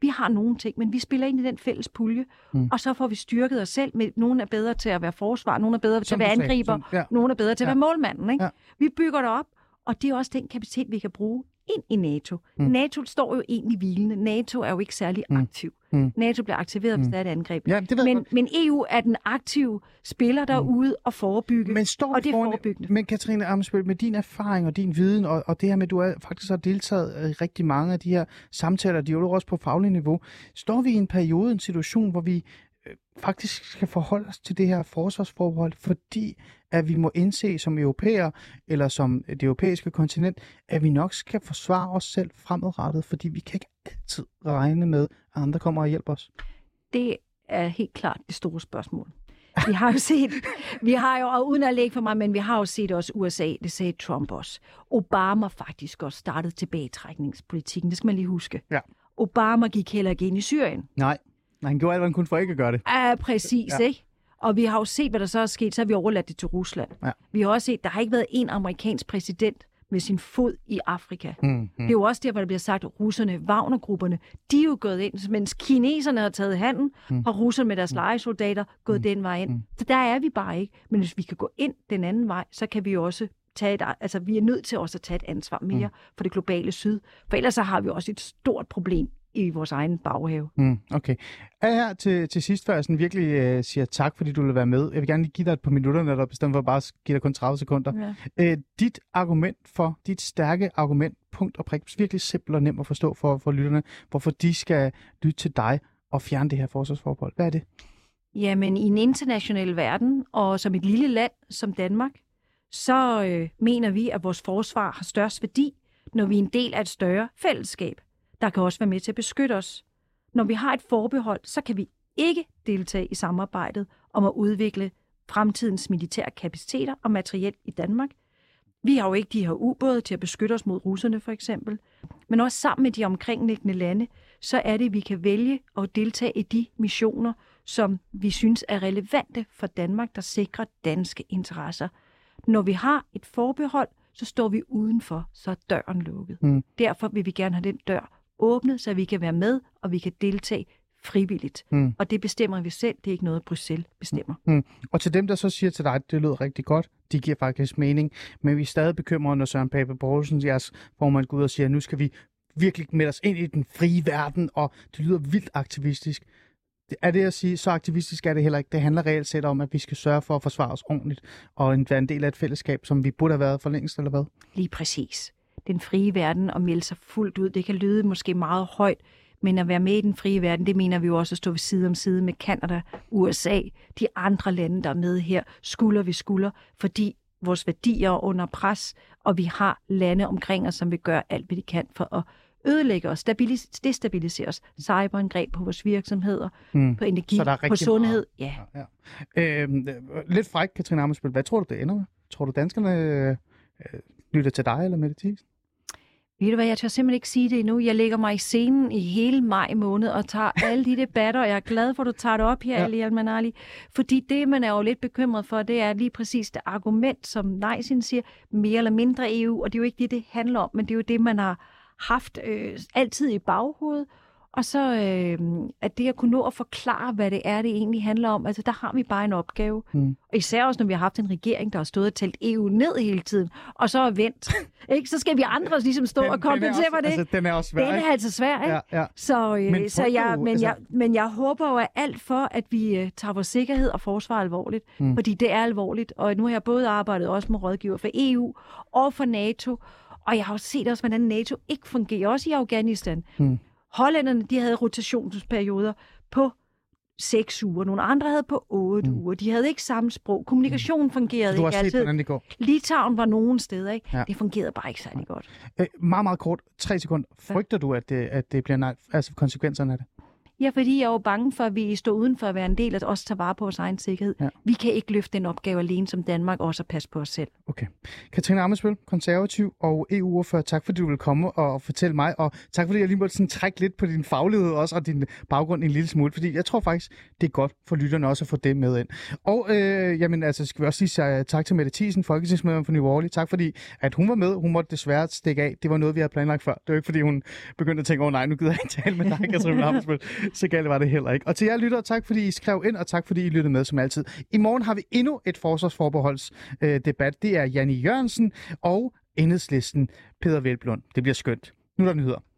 Vi har nogle ting, men vi spiller ind i den fælles pulje, mm. og så får vi styrket os selv. Med, nogle er bedre til at være forsvar, nogle er bedre til at være angriber, som, ja. nogle er bedre til at ja. være målmanden. Ikke? Ja. Vi bygger det op, og det er også den kapacitet, vi kan bruge ind i NATO. Mm. NATO står jo egentlig hvilende. NATO er jo ikke særlig aktiv. Mm. NATO bliver aktiveret, hvis mm. der er et angreb. Ja, men, men E U er den aktive spiller derude mm. og forebygge, men står og det er foran, forebyggende. Men Katrine Ammitzbøll, med din erfaring og din viden, og, og det her med, at du er, faktisk har deltaget i rigtig mange af de her samtaler, de er jo også på faglig niveau, står vi i en periode, en situation, hvor vi øh, faktisk skal forholde os til det her forsvarsforbehold, fordi at vi må indse som europæer, eller som det europæiske kontinent, at vi nok skal forsvare os selv fremadrettet, fordi vi kan ikke altid regne med, at andre kommer og hjælper os. Det er helt klart det store spørgsmål. Vi har jo set, vi har jo, og uden at lægge for mig, men vi har jo set også U S A, det sagde Trump også. Obama faktisk også startede tilbagetrækningspolitikken, det skal man lige huske. Ja. Obama gik heller ikke ind i Syrien. Nej, Nej han gjorde alt, hvad han kunne for ikke at gøre det. Ja, præcis, ja. Ikke? Og vi har jo set, hvad der så er sket, så har vi overladt det til Rusland. Ja. Vi har også set, der har ikke været en amerikansk præsident med sin fod i Afrika. Mm, mm. Det er jo også der, hvor der bliver sagt, at russerne, Wagner-grupperne, de er jo gået ind, mens kineserne har taget handen, mm. og russerne med deres mm. lejesoldater gået mm. den vej ind. Mm. Så der er vi bare ikke. Men hvis vi kan gå ind den anden vej, så kan vi jo også tage et, altså vi er nødt til også at tage et ansvar mere mm. for det globale syd. For ellers så har vi også et stort problem i vores egen baghave. Mm, okay. Her til, til sidst, før jeg sådan virkelig øh, siger tak, fordi du vil være med. Jeg vil gerne lige give dig et par minutter, når du bestemt for bare at give dig kun tredive sekunder. Ja. Øh, dit argument for, dit stærke argument, punkt og prik, virkelig simpelt og nemt at forstå for, for lytterne, hvorfor de skal lytte til dig og fjerne det her forsvarsforbehold. Hvad er det? Jamen, i en international verden, og som et lille land som Danmark, så øh, mener vi, at vores forsvar har størst værdi, når vi er en del af et større fællesskab, der kan også være med til at beskytte os. Når vi har et forbehold, så kan vi ikke deltage i samarbejdet om at udvikle fremtidens militære kapaciteter og materiel i Danmark. Vi har jo ikke de her ubåde til at beskytte os mod russerne for eksempel, men også sammen med de omkringliggende lande, så er det, at vi kan vælge at deltage i de missioner, som vi synes er relevante for Danmark, der sikrer danske interesser. Når vi har et forbehold, så står vi udenfor, så er døren lukket. Mm. Derfor vil vi gerne have den dør åbnet, så vi kan være med, og vi kan deltage frivilligt. Mm. Og det bestemmer vi selv, det er ikke noget, Bruxelles bestemmer. Mm. Og til dem, der så siger til dig, at det lyder rigtig godt, de giver faktisk mening, men vi er stadig bekymrede, når Søren Pape Poulsen, jeres formand, går ud og siger, at nu skal vi virkelig melde os ind i den frie verden, og det lyder vildt aktivistisk. Er det at sige, så aktivistisk er det heller ikke. Det handler reelt set om, at vi skal sørge for at forsvare os ordentligt, og være en del af et fællesskab, som vi burde have været for længst, eller hvad? Lige præcis. Den frie verden og melde sig fuldt ud, det kan lyde måske meget højt, men at være med i den frie verden, det mener vi jo også at stå ved side om side med Canada, U S A, de andre lande, der er med her, skulder ved skulder, fordi vores værdier er under pres, og vi har lande omkring os, som vil gøre alt, hvad de kan for at ødelægge os, stabilis- destabilisere os, cyberangreb på vores virksomheder, mm. på energi, på sundhed. Ja. Ja, ja. Øh, lidt fræk, Katrine Ammitzbøll. Hvad tror du, det ender med? Tror du, danskerne øh, lytter til dig eller Mette Thiesen? Ved du hvad, jeg tør simpelthen ikke sige det endnu. Jeg lægger mig i scenen i hele maj måned og tager alle de debatter, og jeg er glad for, at du tager det op her, ja. Ali Al-Manali. Fordi det, man er jo lidt bekymret for, det er lige præcis det argument, som Nejsin siger, mere eller mindre E U, og det er jo ikke det, det handler om, men det er jo det, man har haft øh, altid i baghovedet. Og så øh, at det at kunne nå at forklare, hvad det er, det egentlig handler om, altså der har vi bare en opgave. Mm. Og især også, når vi har haft en regering, der har stået og talt E U ned hele tiden, og så er vendt. Ikke? Så skal vi andre ligesom stå den, og kompensere for det. Altså, den er også svær. Den er altså svær, ikke? Ja, ja. Så, øh, men, så jeg, men, altså... jeg, men jeg håber jo, at alt for, at vi øh, tager vores sikkerhed og forsvar alvorligt. Mm. Fordi det er alvorligt. Og nu har jeg både arbejdet også med rådgiver for E U og for NATO. Og jeg har også set også, hvordan NATO ikke fungerer, også i Afghanistan. Mm. Hollænderne, de havde rotationsperioder på seks uger. Nogle andre havde på otte mm. uger. De havde ikke samme sprog. Kommunikationen fungerede ikke altid. Du har set, hvordan det går. Litauen var nogen steder, ikke? Ja. Det fungerede bare ikke særlig godt. Øh, meget, meget kort. Tre sekunder. Frygter du, at det, at det bliver nej, altså konsekvenserne af det? Ja, fordi jeg er jo bange for, at vi står uden for at være en del af at også tage vare på vores egen sikkerhed. Ja. Vi kan ikke løfte den opgave alene som Danmark, også at passe på os selv. Okay. Katrine Ammitzbøll, konservativ og E U-ordfører, tak fordi du vil komme og fortælle mig, og tak fordi jeg lige måtte sådan trække lidt på din faglighed også, og din baggrund en lille smule, fordi jeg tror faktisk, det er godt for lytterne også at få det med ind. Og øh, jamen, altså, skal vi også sige tak til Mette Thiesen, folketingsmedlem for Nye Borgerlige. Tak fordi, at hun var med. Hun måtte desværre stikke af. Det var noget, vi havde planlagt før. Det var ikke, fordi hun begyndte at tænke, åh oh, nej, nu gider jeg ikke tale med dig, Katrine Ammitzbøll. Så galt var det heller ikke. Og til jer lyttere, tak fordi I skrev ind, og tak fordi I lyttede med som altid. I morgen har vi endnu et forsvarsforbeholdsdebat. Det er Jannie Jørgensen og Enhedslisten Peder Hvelplund. Det bliver skønt. Nu er der nyheder.